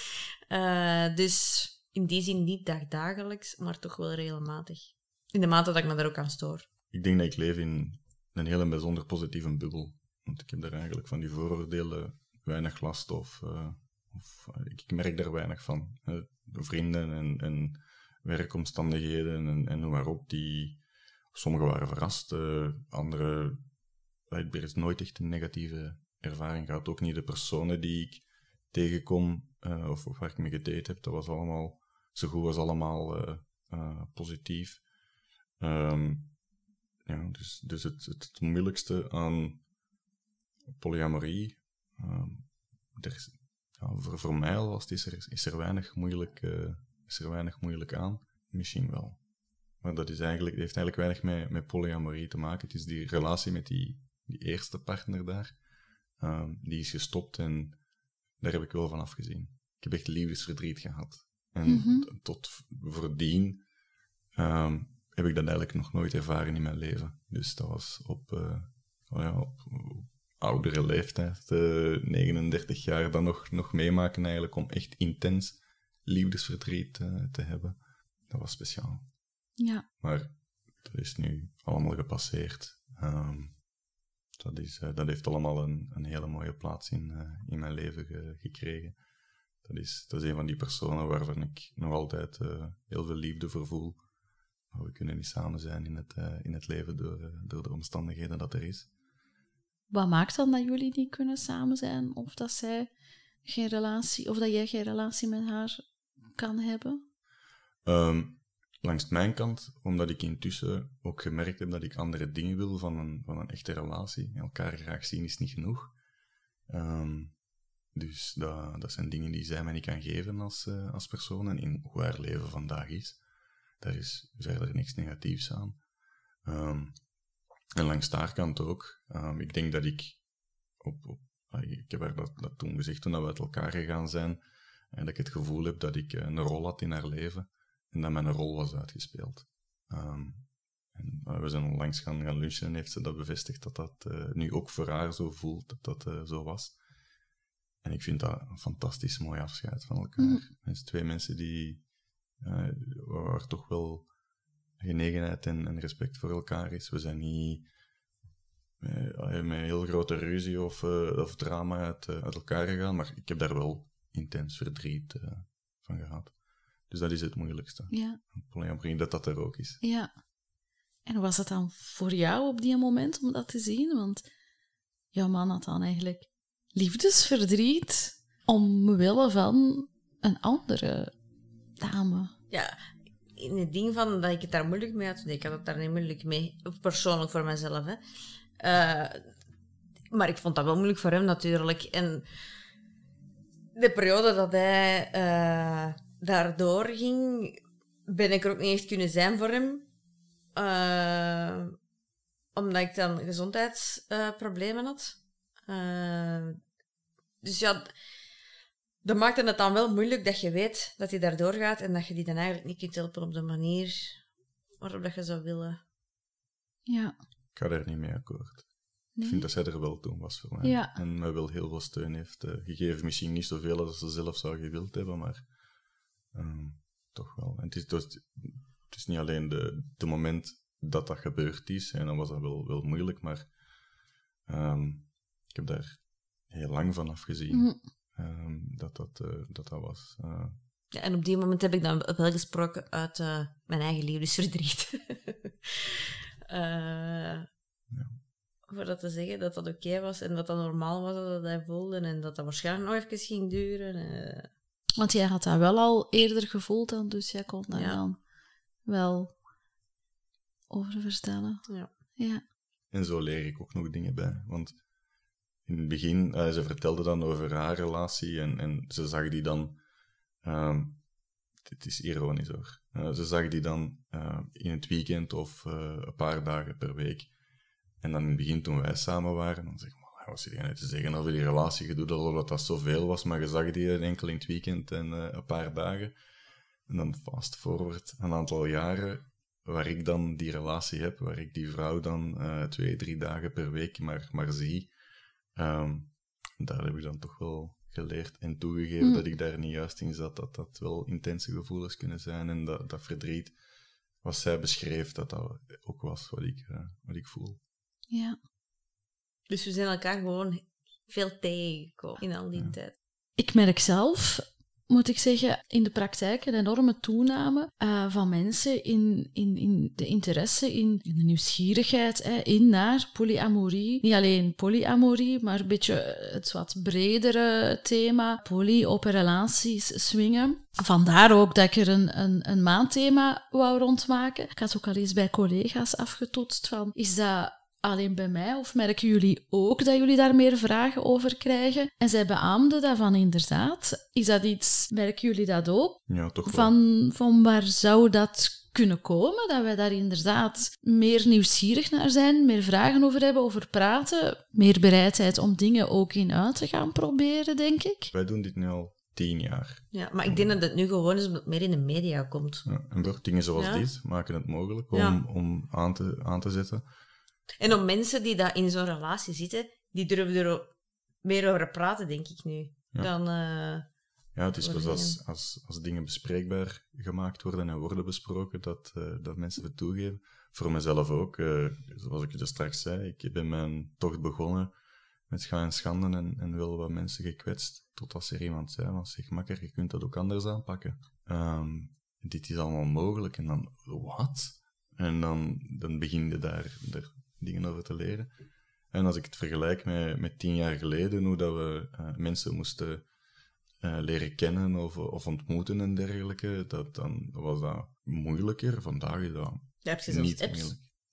Dus in die zin niet dagdagelijks, maar toch wel regelmatig. In de mate dat ik me daar ook aan stoor. Ik denk dat ik leef in een hele bijzonder positieve bubbel. Want ik heb daar eigenlijk van die vooroordelen weinig last of ik merk daar weinig van. Vrienden en werkomstandigheden en noem maar op, sommigen waren verrast, anderen, er is nooit echt een negatieve ervaring gehad. Ook niet de personen die ik tegenkom of waar ik mee gedate heb, dat was allemaal, zo goed was allemaal positief. Dus het moeilijkste aan polyamorie, voor mij alvast is er weinig moeilijk aan. Misschien wel. Maar dat heeft eigenlijk weinig met polyamorie te maken. Het is die relatie met die eerste partner daar. Die is gestopt en daar heb ik wel van afgezien. Ik heb echt liefdesverdriet gehad. En tot voordien heb ik dat eigenlijk nog nooit ervaren in mijn leven. Dus dat was op oudere leeftijd, 39 jaar, dan nog meemaken eigenlijk om echt intens liefdesverdriet te hebben. Dat was speciaal. Ja. Maar dat is nu allemaal gepasseerd. Dat heeft allemaal een hele mooie plaats in mijn leven gekregen. Dat is een van die personen waarvan ik nog altijd heel veel liefde voor voel. Maar we kunnen niet samen zijn in het leven door de omstandigheden dat er is. Wat maakt dan dat jullie niet kunnen samen zijn? Of dat zij geen relatie, of dat jij geen relatie met haar kan hebben? Langs mijn kant, omdat ik intussen ook gemerkt heb dat ik andere dingen wil van een echte relatie. Elkaar graag zien is niet genoeg. Dus dat zijn dingen die zij mij niet kan geven als persoon. En in hoe haar leven vandaag is, daar is verder niks negatiefs aan. En langs haar kant ook. Ik denk dat ik ik heb haar dat toen gezegd, toen we uit elkaar gegaan zijn, en dat ik het gevoel heb dat ik een rol had in haar leven en dat mijn rol was uitgespeeld. En we zijn onlangs gaan lunchen en heeft ze dat bevestigd, dat nu ook voor haar zo voelt, dat zo was. En ik vind dat een fantastisch mooi afscheid van elkaar. Het zijn twee mensen waar toch wel genegenheid en respect voor elkaar is. We zijn niet met heel grote ruzie of drama uit elkaar gegaan, maar ik heb daar wel intens verdriet van gehad. Dus dat is het moeilijkste. Ja. Polyamorie, dat er ook is. Ja. En hoe was het dan voor jou op die moment om dat te zien? Want jouw man had dan eigenlijk liefdesverdriet omwille van een andere dame. Ja, in het ding van dat ik het daar moeilijk mee had. Nee, ik had het daar niet moeilijk mee. Persoonlijk voor mezelf, hè. Maar ik vond dat wel moeilijk voor hem natuurlijk. En de periode dat hij daardoor ging, ben ik er ook niet echt kunnen zijn voor hem. Omdat ik dan gezondheidsproblemen had. Dus ja, dat maakte het dan wel moeilijk dat je weet dat hij daardoor gaat en dat je die dan eigenlijk niet kunt helpen op de manier waarop dat je zou willen. Ja. Ik ga daar niet mee akkoord. Nee. Ik vind dat zij er wel toen was voor mij. Ja. En mij wel heel veel steun heeft gegeven. Misschien niet zoveel als ze zelf zou gewild hebben, maar toch wel. En het is niet alleen de moment dat gebeurd is, en dan was dat wel moeilijk, maar ik heb daar heel lang van afgezien dat was. Ja, en op die moment heb ik dan wel gesproken uit mijn eigen liefdesverdriet. Voor dat te zeggen dat dat oké was en dat dat normaal was dat hij voelde en dat dat waarschijnlijk nog even ging duren. Want jij had dat wel al eerder gevoeld dan, dus jij kon daar Ja. dan wel over vertellen. Ja. En zo leer ik ook nog dingen bij. Want in het begin, ze vertelde dan over haar relatie en ze zag die dan... dit is ironisch hoor. Ze zag die dan in het weekend of een paar dagen per week. En dan in het begin, toen wij samen waren, dan zeg ik, wat was je net te zeggen over die relatie gedoe, dat zoveel was, maar je zag die enkel in het weekend en een paar dagen. En dan fast forward een aantal jaren, waar ik dan die relatie heb, waar ik die vrouw dan 2-3 dagen per week maar zie. Daar heb ik dan toch wel geleerd en toegegeven dat ik daar niet juist in zat, dat wel intense gevoelens kunnen zijn en dat verdriet, wat zij beschreef, dat ook was wat ik voel. Ja. Dus we zijn elkaar gewoon veel tegengekomen in al die tijd. Ik merk zelf, moet ik zeggen, in de praktijk een enorme toename van mensen in de interesse, in de nieuwsgierigheid naar polyamorie. Niet alleen polyamorie, maar een beetje het wat bredere thema. Poly, open relaties, swingen. Vandaar ook dat ik er een maandthema wou rondmaken. Ik had ook al eens bij collega's afgetoetst van, is dat alleen bij mij, of merken jullie ook dat jullie daar meer vragen over krijgen? En zij beaamden dat van inderdaad. Is dat iets, merken jullie dat ook? Ja, toch wel. Van waar zou dat kunnen komen? Dat wij daar inderdaad meer nieuwsgierig naar zijn, meer vragen over hebben, over praten, meer bereidheid om dingen ook in uit te gaan proberen, denk ik. Wij doen dit nu al 10 jaar. Ja, maar ik denk dat het nu gewoon is omdat het meer in de media komt. Ja, en dingen zoals dit maken het mogelijk om aan te zetten. En om mensen die dat in zo'n relatie zitten, die durven er meer over praten, denk ik nu. Ja. Dan, ja, het is pas als dingen bespreekbaar gemaakt worden en worden besproken, dat mensen het toegeven. Voor mezelf ook. Zoals ik je straks zei, ik ben mijn tocht begonnen met schijn en schanden en wel wat mensen gekwetst, totdat er iemand zei, want zeg makker, je kunt dat ook anders aanpakken. Dit is allemaal mogelijk. En dan, wat? En dan begin je daar dingen over te leren. En als ik het vergelijk met 10 jaar geleden, hoe dat we mensen moesten leren kennen of ontmoeten en dergelijke, dan was dat moeilijker. Vandaag is dat heb je niet zelfs apps? moeilijk.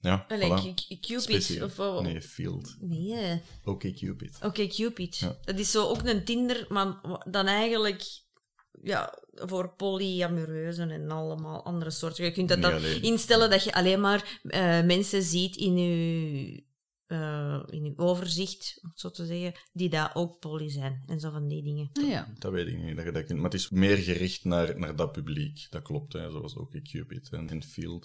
Ja, Like voilà. Cupid. Specifiek. Of, Nee, Field. Nee. Oké, Cupid. Oké, Cupid. Ja. Dat is zo ook een Tinder, maar dan eigenlijk voor polyamoreuzen en allemaal andere soorten. Je kunt dat Niet dan alleen. instellen dat je alleen maar mensen ziet in je overzicht, om het zo te zeggen, die daar ook poly zijn en zo van die dingen. Ah, ja. Dat weet ik niet, dat je dat kunt. Maar het is meer gericht naar dat publiek. Dat klopt, hè, zoals ook Cupid en Field.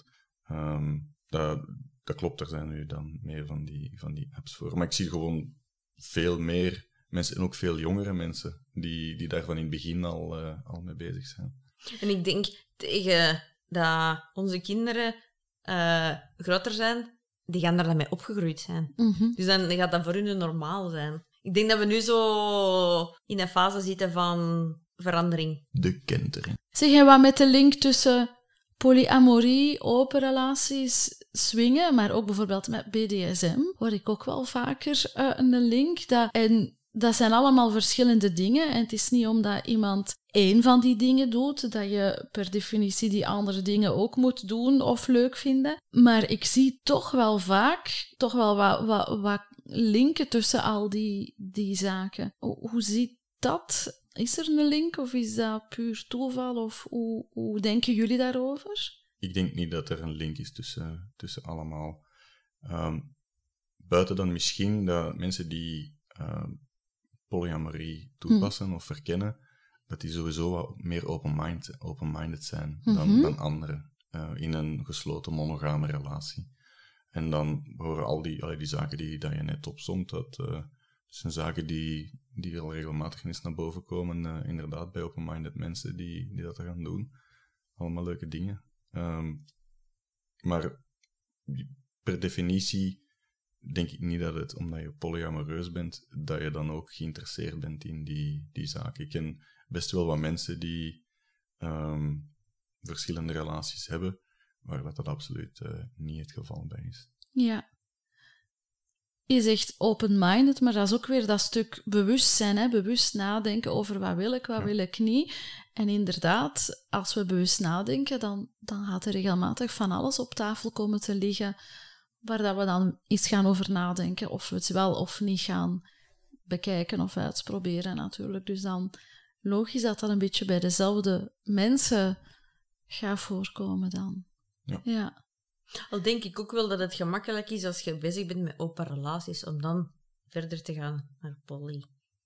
Dat klopt, er zijn nu dan meer van die apps voor. Maar ik zie gewoon veel meer mensen, en ook veel jongere mensen, die daar van in het begin al mee bezig zijn. En ik denk tegen dat onze kinderen groter zijn, die gaan daar dan mee opgegroeid zijn. Mhm. Dus dan gaat dat voor hun normaal zijn. Ik denk dat we nu zo in een fase zitten van verandering. De kentering. Zeg je wat met de link tussen polyamorie, open relaties, swingen, maar ook bijvoorbeeld met BDSM, hoor ik ook wel vaker een link. En dat zijn allemaal verschillende dingen. En het is niet omdat iemand één van die dingen doet, dat je per definitie die andere dingen ook moet doen of leuk vinden. Maar ik zie toch wel vaak wat linken tussen al die zaken. Hoe zit dat? Is er een link of is dat puur toeval? Of hoe denken jullie daarover? Ik denk niet dat er een link is tussen allemaal. Buiten dan misschien dat mensen die polyamorie toepassen of verkennen, dat die sowieso wat meer open-minded zijn dan anderen in een gesloten monogame relatie. En dan horen al die zaken die je net opzomt, dat zijn zaken die al regelmatig eens naar boven komen, inderdaad, bij open-minded mensen die dat gaan doen. Allemaal leuke dingen. Maar per definitie denk ik niet dat het, omdat je polyamoreus bent, dat je dan ook geïnteresseerd bent in die zaken. Ik ken best wel wat mensen die verschillende relaties hebben, waar dat absoluut niet het geval bij is. Ja. Je zegt open-minded, maar dat is ook weer dat stuk bewustzijn, hè? Bewust nadenken over wat wil ik niet. En inderdaad, als we bewust nadenken, dan gaat er regelmatig van alles op tafel komen te liggen, waar dat we dan eens gaan over nadenken, of we het wel of niet gaan bekijken of uitproberen natuurlijk. Dus dan logisch dat dat een beetje bij dezelfde mensen gaat voorkomen dan. Ja. Al denk ik ook wel dat het gemakkelijk is als je bezig bent met open relaties, om dan verder te gaan naar poly.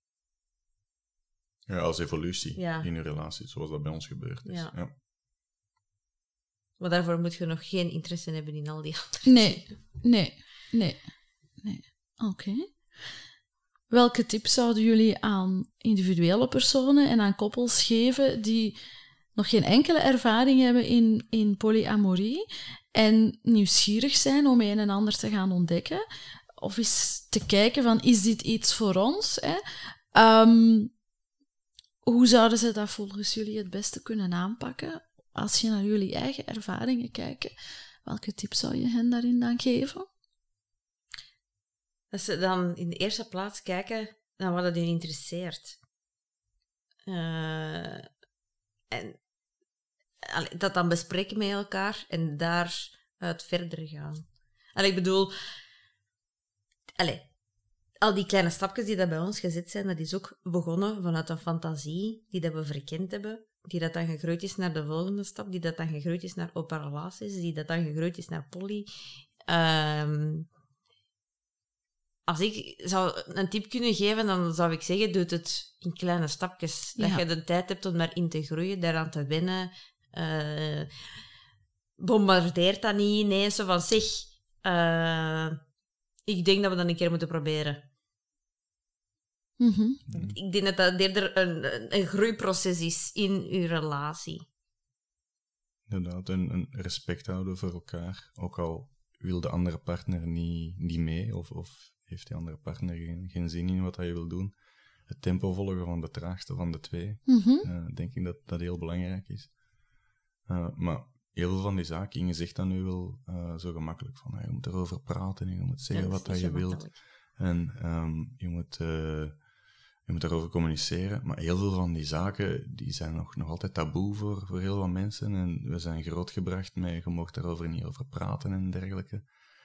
Ja, als evolutie Ja. in je relatie, zoals dat bij ons gebeurd is. Ja. Ja. Maar daarvoor moet je nog geen interesse hebben in al die andere Nee. Oké. Welke tips zouden jullie aan individuele personen en aan koppels geven die nog geen enkele ervaring hebben in polyamorie en nieuwsgierig zijn om een en ander te gaan ontdekken? Of eens te kijken van, is dit iets voor ons? Hè? Hoe zouden ze dat volgens jullie het beste kunnen aanpakken? Als je naar jullie eigen ervaringen kijkt, welke tips zou je hen daarin dan geven? Dat ze dan in de eerste plaats kijken naar wat hen interesseert. En dat dan bespreken met elkaar en daaruit verder gaan. Ik bedoel, al die kleine stapjes die dat bij ons gezet zijn, dat is ook begonnen vanuit een fantasie die dat we verkend hebben, die dat dan gegroeid is naar de volgende stap, die dat dan gegroeid is naar open relaties, die dat dan gegroeid is naar poly. Als ik zou een tip kunnen geven, dan zou ik zeggen, doe het in kleine stapjes. Ja. Dat je de tijd hebt om daarin te groeien, daaraan te wennen. Bombardeert dat niet ineens zo van, zeg, ik denk dat we dat een keer moeten proberen. Mhm. Ik denk dat dat eerder een groeiproces is in uw relatie. Inderdaad, een respect houden voor elkaar. Ook al wil de andere partner niet mee, of heeft die andere partner geen zin in wat hij wil doen. Het tempo volgen van de traagste van de twee, denk ik dat dat heel belangrijk is. Maar heel veel van die zaken, Inge zegt dat nu wel zo gemakkelijk, van je moet erover praten en je moet zeggen wat dat je wilt. En je moet daarover communiceren. Maar heel veel van die zaken die zijn nog altijd taboe voor heel wat mensen. En we zijn grootgebracht met je mag daarover niet over praten en dergelijke.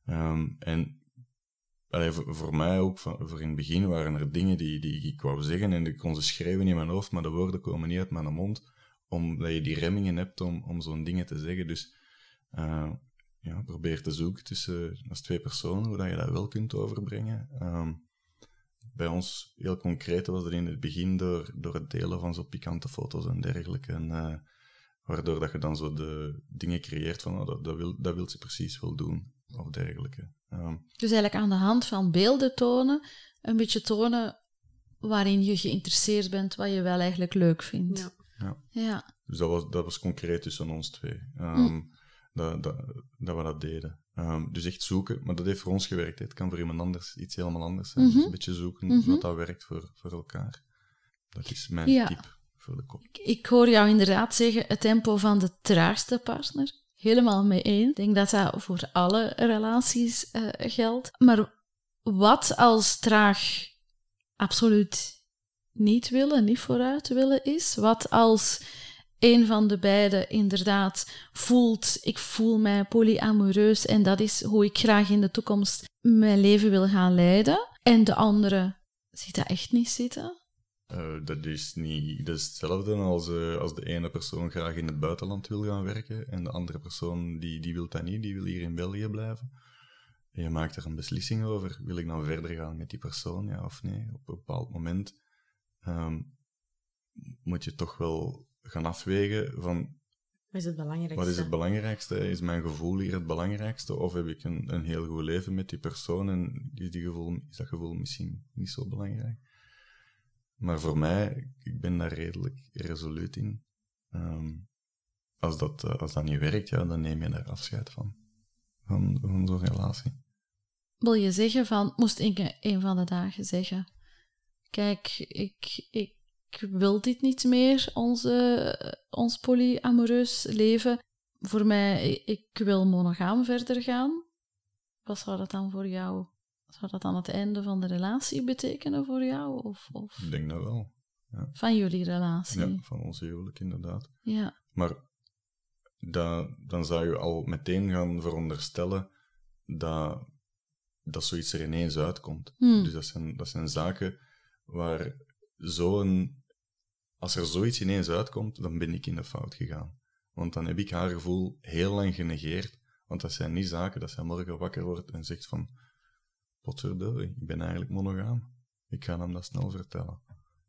En voor mij ook, voor in het begin waren er dingen die ik wou zeggen en ik kon ze schreeuwen in mijn hoofd, maar de woorden komen niet uit mijn mond, omdat je die remmingen hebt om zo'n dingen te zeggen. Dus probeer te zoeken tussen als twee personen, hoe dat je dat wel kunt overbrengen. Bij ons, heel concreet, was er in het begin door het delen van zo pikante foto's en dergelijke. En waardoor dat je dan zo de dingen creëert van, dat wil ze precies wel doen, of dergelijke. Dus eigenlijk aan de hand van beelden tonen, een beetje tonen waarin je geïnteresseerd bent, wat je wel eigenlijk leuk vindt. Ja. Dus dat was concreet tussen ons twee. Dat we dat deden. Dus echt zoeken, maar dat heeft voor ons gewerkt. Hè. Het kan voor iemand anders iets helemaal anders zijn. Dus een beetje zoeken wat dat werkt voor elkaar. Dat is mijn tip voor de kop. Ik hoor jou inderdaad zeggen, het tempo van de traagste partner. Helemaal mee eens. Ik denk dat dat voor alle relaties geldt. Maar wat als traag absoluut niet willen, niet vooruit willen is? Wat als een van de beiden inderdaad voelt, ik voel mij polyamoreus en dat is hoe ik graag in de toekomst mijn leven wil gaan leiden. En de andere ziet dat echt niet zitten? Dat is hetzelfde als de ene persoon graag in het buitenland wil gaan werken en de andere persoon die wil dat niet, die wil hier in België blijven. En je maakt er een beslissing over. Wil ik dan verder gaan met die persoon, ja of nee? Op een bepaald moment moet je toch wel gaan afwegen van... Wat is het belangrijkste? Is mijn gevoel hier het belangrijkste? Of heb ik een heel goed leven met die persoon en is dat gevoel misschien niet zo belangrijk? Maar voor mij, ik ben daar redelijk resoluut in. Als dat niet werkt, dan neem je daar afscheid van zo'n relatie. Wil je zeggen van, moest ik een van de dagen zeggen, kijk, ik wil dit niet meer, ons polyamoreus leven. Voor mij, ik wil monogaam verder gaan. Wat zou dat dan voor jou? Zou dat dan het einde van de relatie betekenen voor jou? Of? Ik denk dat wel. Ja. Van jullie relatie? Ja, van onze huwelijk inderdaad. Ja. Maar dan zou je al meteen gaan veronderstellen dat zoiets er ineens uitkomt. Dus dat zijn zaken waar als er zoiets ineens uitkomt, dan ben ik in de fout gegaan. Want dan heb ik haar gevoel heel lang genegeerd. Want dat zijn niet zaken dat zij morgen wakker wordt en zegt van... Potverdorie, ik ben eigenlijk monogaam. Ik ga hem dat snel vertellen.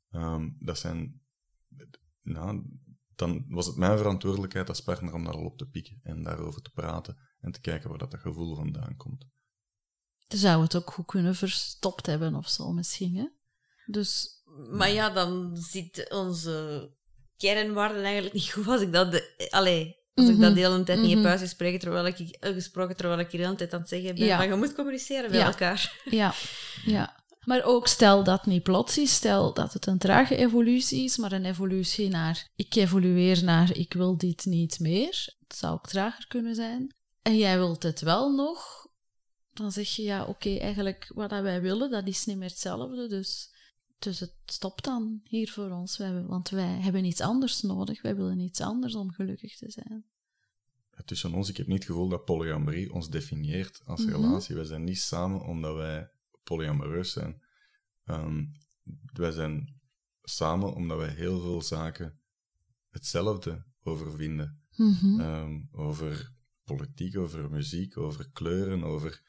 Dan was het mijn verantwoordelijkheid als partner om daar al op te pikken en daarover te praten en te kijken waar dat gevoel vandaan komt. Je zou het ook goed kunnen verstopt hebben of zo misschien, hè? Dus... Maar ja, dan zit onze kernwaarden eigenlijk niet goed als ik dat... Als ik dat de hele tijd niet heb uitgesproken terwijl ik hier de hele tijd aan het zeggen ben, van je moet communiceren met elkaar. Ja. Maar ook stel dat het niet plots is, stel dat het een trage evolutie is, maar een evolutie naar ik evolueer naar ik wil dit niet meer. Het zou ook trager kunnen zijn. En jij wilt het wel nog, dan zeg je oké, eigenlijk wat wij willen, dat is niet meer hetzelfde, dus het stopt dan hier voor ons, want wij hebben iets anders nodig. Wij willen iets anders om gelukkig te zijn. Tussen ons, ik heb niet het gevoel dat polyamorie ons definieert als relatie. Wij zijn niet samen omdat wij polyamoreus zijn. Wij zijn samen omdat wij heel veel zaken hetzelfde over vinden. Over politiek, over muziek, over kleuren, over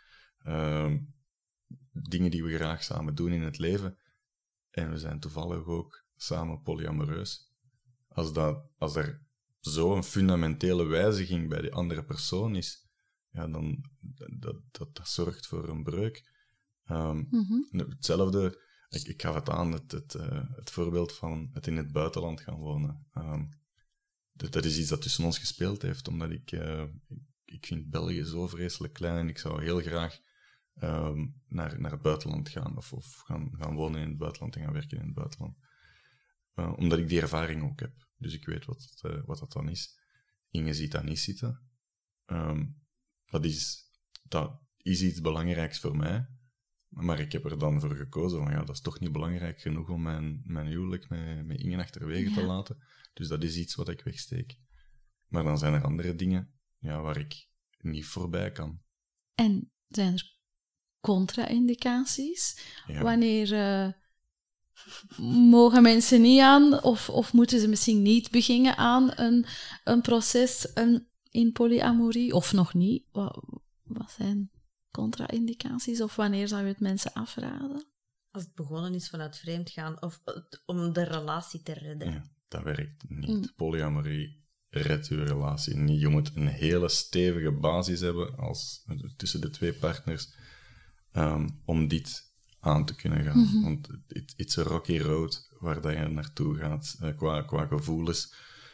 dingen die we graag samen doen in het leven. En we zijn toevallig ook samen polyamoreus. Als er zo'n fundamentele wijziging bij die andere persoon is, dan dat zorgt voor een breuk. Hetzelfde, ik gaf het aan, het voorbeeld van het in het buitenland gaan wonen. Dat is iets dat tussen ons gespeeld heeft, omdat ik vind België zo vreselijk klein en ik zou heel graag naar het buitenland gaan of gaan wonen in het buitenland en gaan werken in het buitenland. Omdat ik die ervaring ook heb. Dus ik weet wat dat dan is. Inge ziet dat niet zitten. Dat is iets belangrijks voor mij. Maar ik heb er dan voor gekozen van dat is toch niet belangrijk genoeg om mijn huwelijk met Inge achterwege te laten. Dus dat is iets wat ik wegsteek. Maar dan zijn er andere dingen waar ik niet voorbij kan. En Zijn er contra-indicaties? Ja. Wanneer mogen mensen niet aan of moeten ze misschien niet beginnen aan een proces in polyamorie? Of nog niet? Wat zijn contra-indicaties? Of wanneer zou je het mensen afraden? Als het begonnen is vanuit vreemdgaan of om de relatie te redden. Ja, dat werkt niet. Polyamorie redt je relatie niet. Je moet een hele stevige basis hebben tussen de twee partners om dit aan te kunnen gaan. Want it's a rocky road waar dat je naartoe gaat qua gevoelens.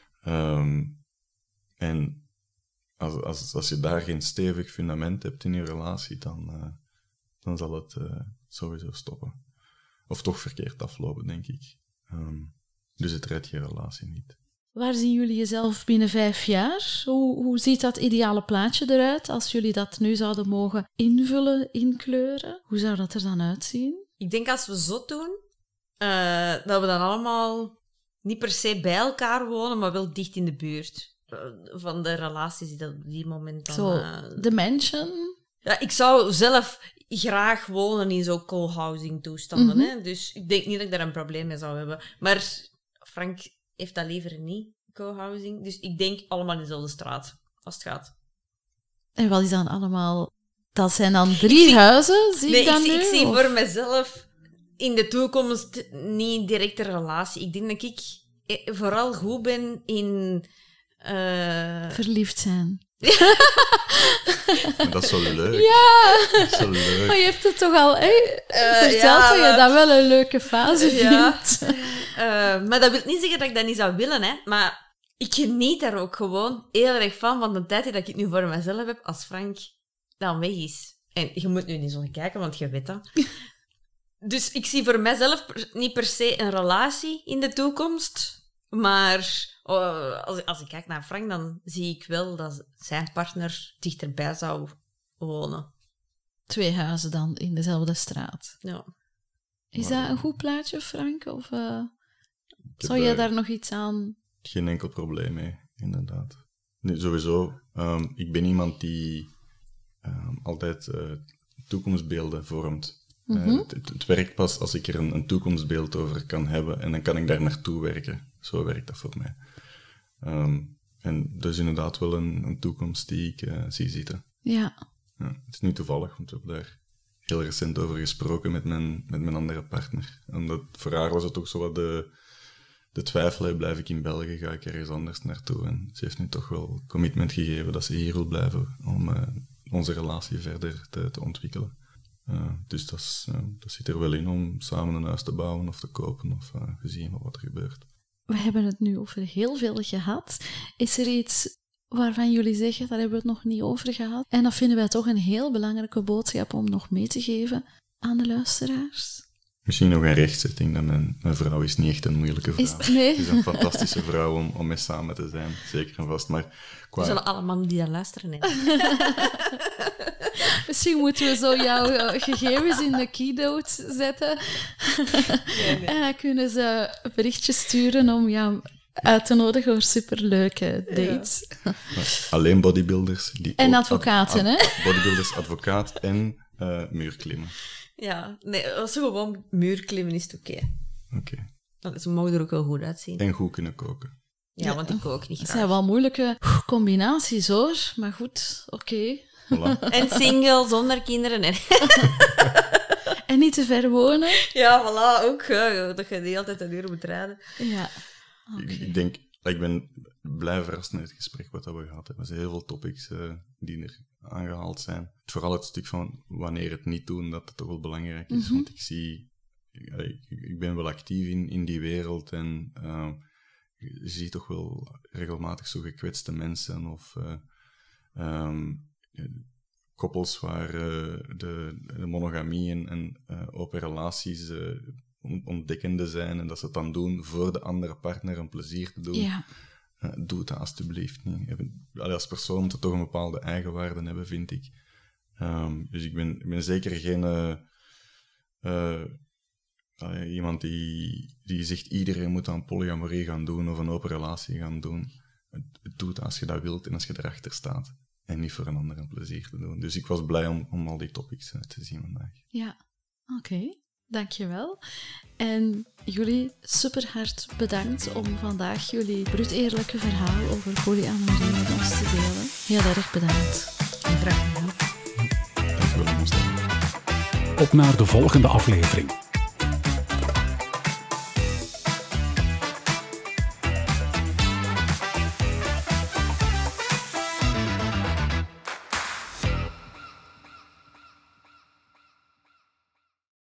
En als je daar geen stevig fundament hebt in je relatie, dan zal het sowieso stoppen. Of toch verkeerd aflopen, denk ik. Dus het redt je relatie niet. Waar zien jullie jezelf binnen 5 jaar? Hoe ziet dat ideale plaatje eruit als jullie dat nu zouden mogen invullen, inkleuren? Hoe zou dat er dan uitzien? Ik denk als we zo doen, dat we dan allemaal niet per se bij elkaar wonen, maar wel dicht in de buurt van de relaties die op die moment dan... Zo, de mansion. Ja, ik zou zelf graag wonen in zo'n co-housing toestanden. Hè? Dus ik denk niet dat ik daar een probleem mee zou hebben. Maar Frank heeft dat liever niet, co-housing. Dus ik denk allemaal in dezelfde straat, als het gaat. En wat is dan allemaal... Dat zijn dan 3 huizen, zie ik dan nu? Ik zie of? voor mezelf in de toekomst niet direct een relatie. Ik denk dat ik vooral goed ben in... Verliefd zijn. Maar dat is zo leuk. Ja! Dat is zo leuk. Maar je hebt het toch al verteld dat je dat wel een leuke fase vindt. Maar dat wil niet zeggen dat ik dat niet zou willen, hè. Maar ik geniet daar ook gewoon heel erg van de tijd dat ik het nu voor mezelf heb, als Frank dan weg is. En je moet nu niet zo kijken, want je weet dat. Dus ik zie voor mijzelf niet per se een relatie in de toekomst. Maar als ik kijk naar Frank, dan zie ik wel dat zijn partner dichterbij zou wonen. 2 huizen dan in dezelfde straat. Ja. Is dat een goed plaatje, Frank? Of zou heb je daar nog iets aan... Geen enkel probleem mee, inderdaad. Nee, sowieso, ik ben iemand die altijd toekomstbeelden vormt. Het werkt pas als ik er een toekomstbeeld over kan hebben en dan kan ik daar naartoe werken. Zo werkt dat voor mij. En dat is inderdaad wel een toekomst die ik zie zitten. Ja. Ja, het is niet toevallig, want we hebben daar heel recent over gesproken met mijn andere partner. Omdat voor haar was het ook zo wat de twijfel, hè, blijf ik in België, ga ik ergens anders naartoe. En ze heeft nu toch wel commitment gegeven dat ze hier wil blijven om onze relatie verder te ontwikkelen. Dus dat zit er wel in om samen een huis te bouwen of te kopen of gezien wat er gebeurt. We hebben het nu over heel veel gehad. Is er iets waarvan jullie zeggen, daar hebben we het nog niet over gehad? En dat vinden wij toch een heel belangrijke boodschap om nog mee te geven aan de luisteraars. Misschien nog een rechtzetting, dat mijn vrouw is niet echt een moeilijke vrouw. Nee. Het is een fantastische vrouw om mee samen te zijn, zeker en vast. Maar Er zullen alle mannen die daar luisteren, hè. Misschien moeten we zo jouw gegevens in de keynote zetten. Nee. En dan kunnen ze een berichtje sturen om jou uit te nodigen voor superleuke dates. Ja. Alleen bodybuilders. En advocaten, hè? Bodybuilders, advocaat en muurklimmen. Ja, nee, als ze gewoon muurklimmen is het oké. Ze mogen er ook wel goed uitzien. En goed kunnen koken. Ja, want ik kook niet Dat graag. zijn wel moeilijke combinaties, hoor. Maar goed, oké. Voilà. En single, zonder kinderen. En niet te ver wonen. Ja, voilà, ook. Dat je niet altijd een uur moet rijden. Ja. Okay. Ik denk, ik ben blij verrast met het gesprek wat we gehad hebben. Er zijn heel veel topics die er aangehaald zijn. Vooral het stuk van wanneer het niet doen, dat het toch wel belangrijk is. Want ik ben wel actief in die wereld en je ziet toch wel regelmatig zo gekwetste mensen of koppels waar de monogamie en open relaties ontdekkende zijn en dat ze het dan doen voor de andere partner een plezier te doen. Ja. Doe het alsjeblieft niet. Als persoon moet het toch een bepaalde eigenwaarde hebben, vind ik. Dus ik ben zeker geen iemand die zegt iedereen moet aan polyamorie gaan doen of een open relatie gaan doen. Doe het als je dat wilt en als je erachter staat. en niet voor een ander een plezier te doen. Dus ik was blij om al die topics te zien vandaag. Ja, oké. Dankjewel. En jullie super hard bedankt om vandaag jullie bruut eerlijke verhaal over polyamorie met ons te delen. Heel erg bedankt. Graag gedaan. Dankjewel, Moestapha. Op naar de volgende aflevering.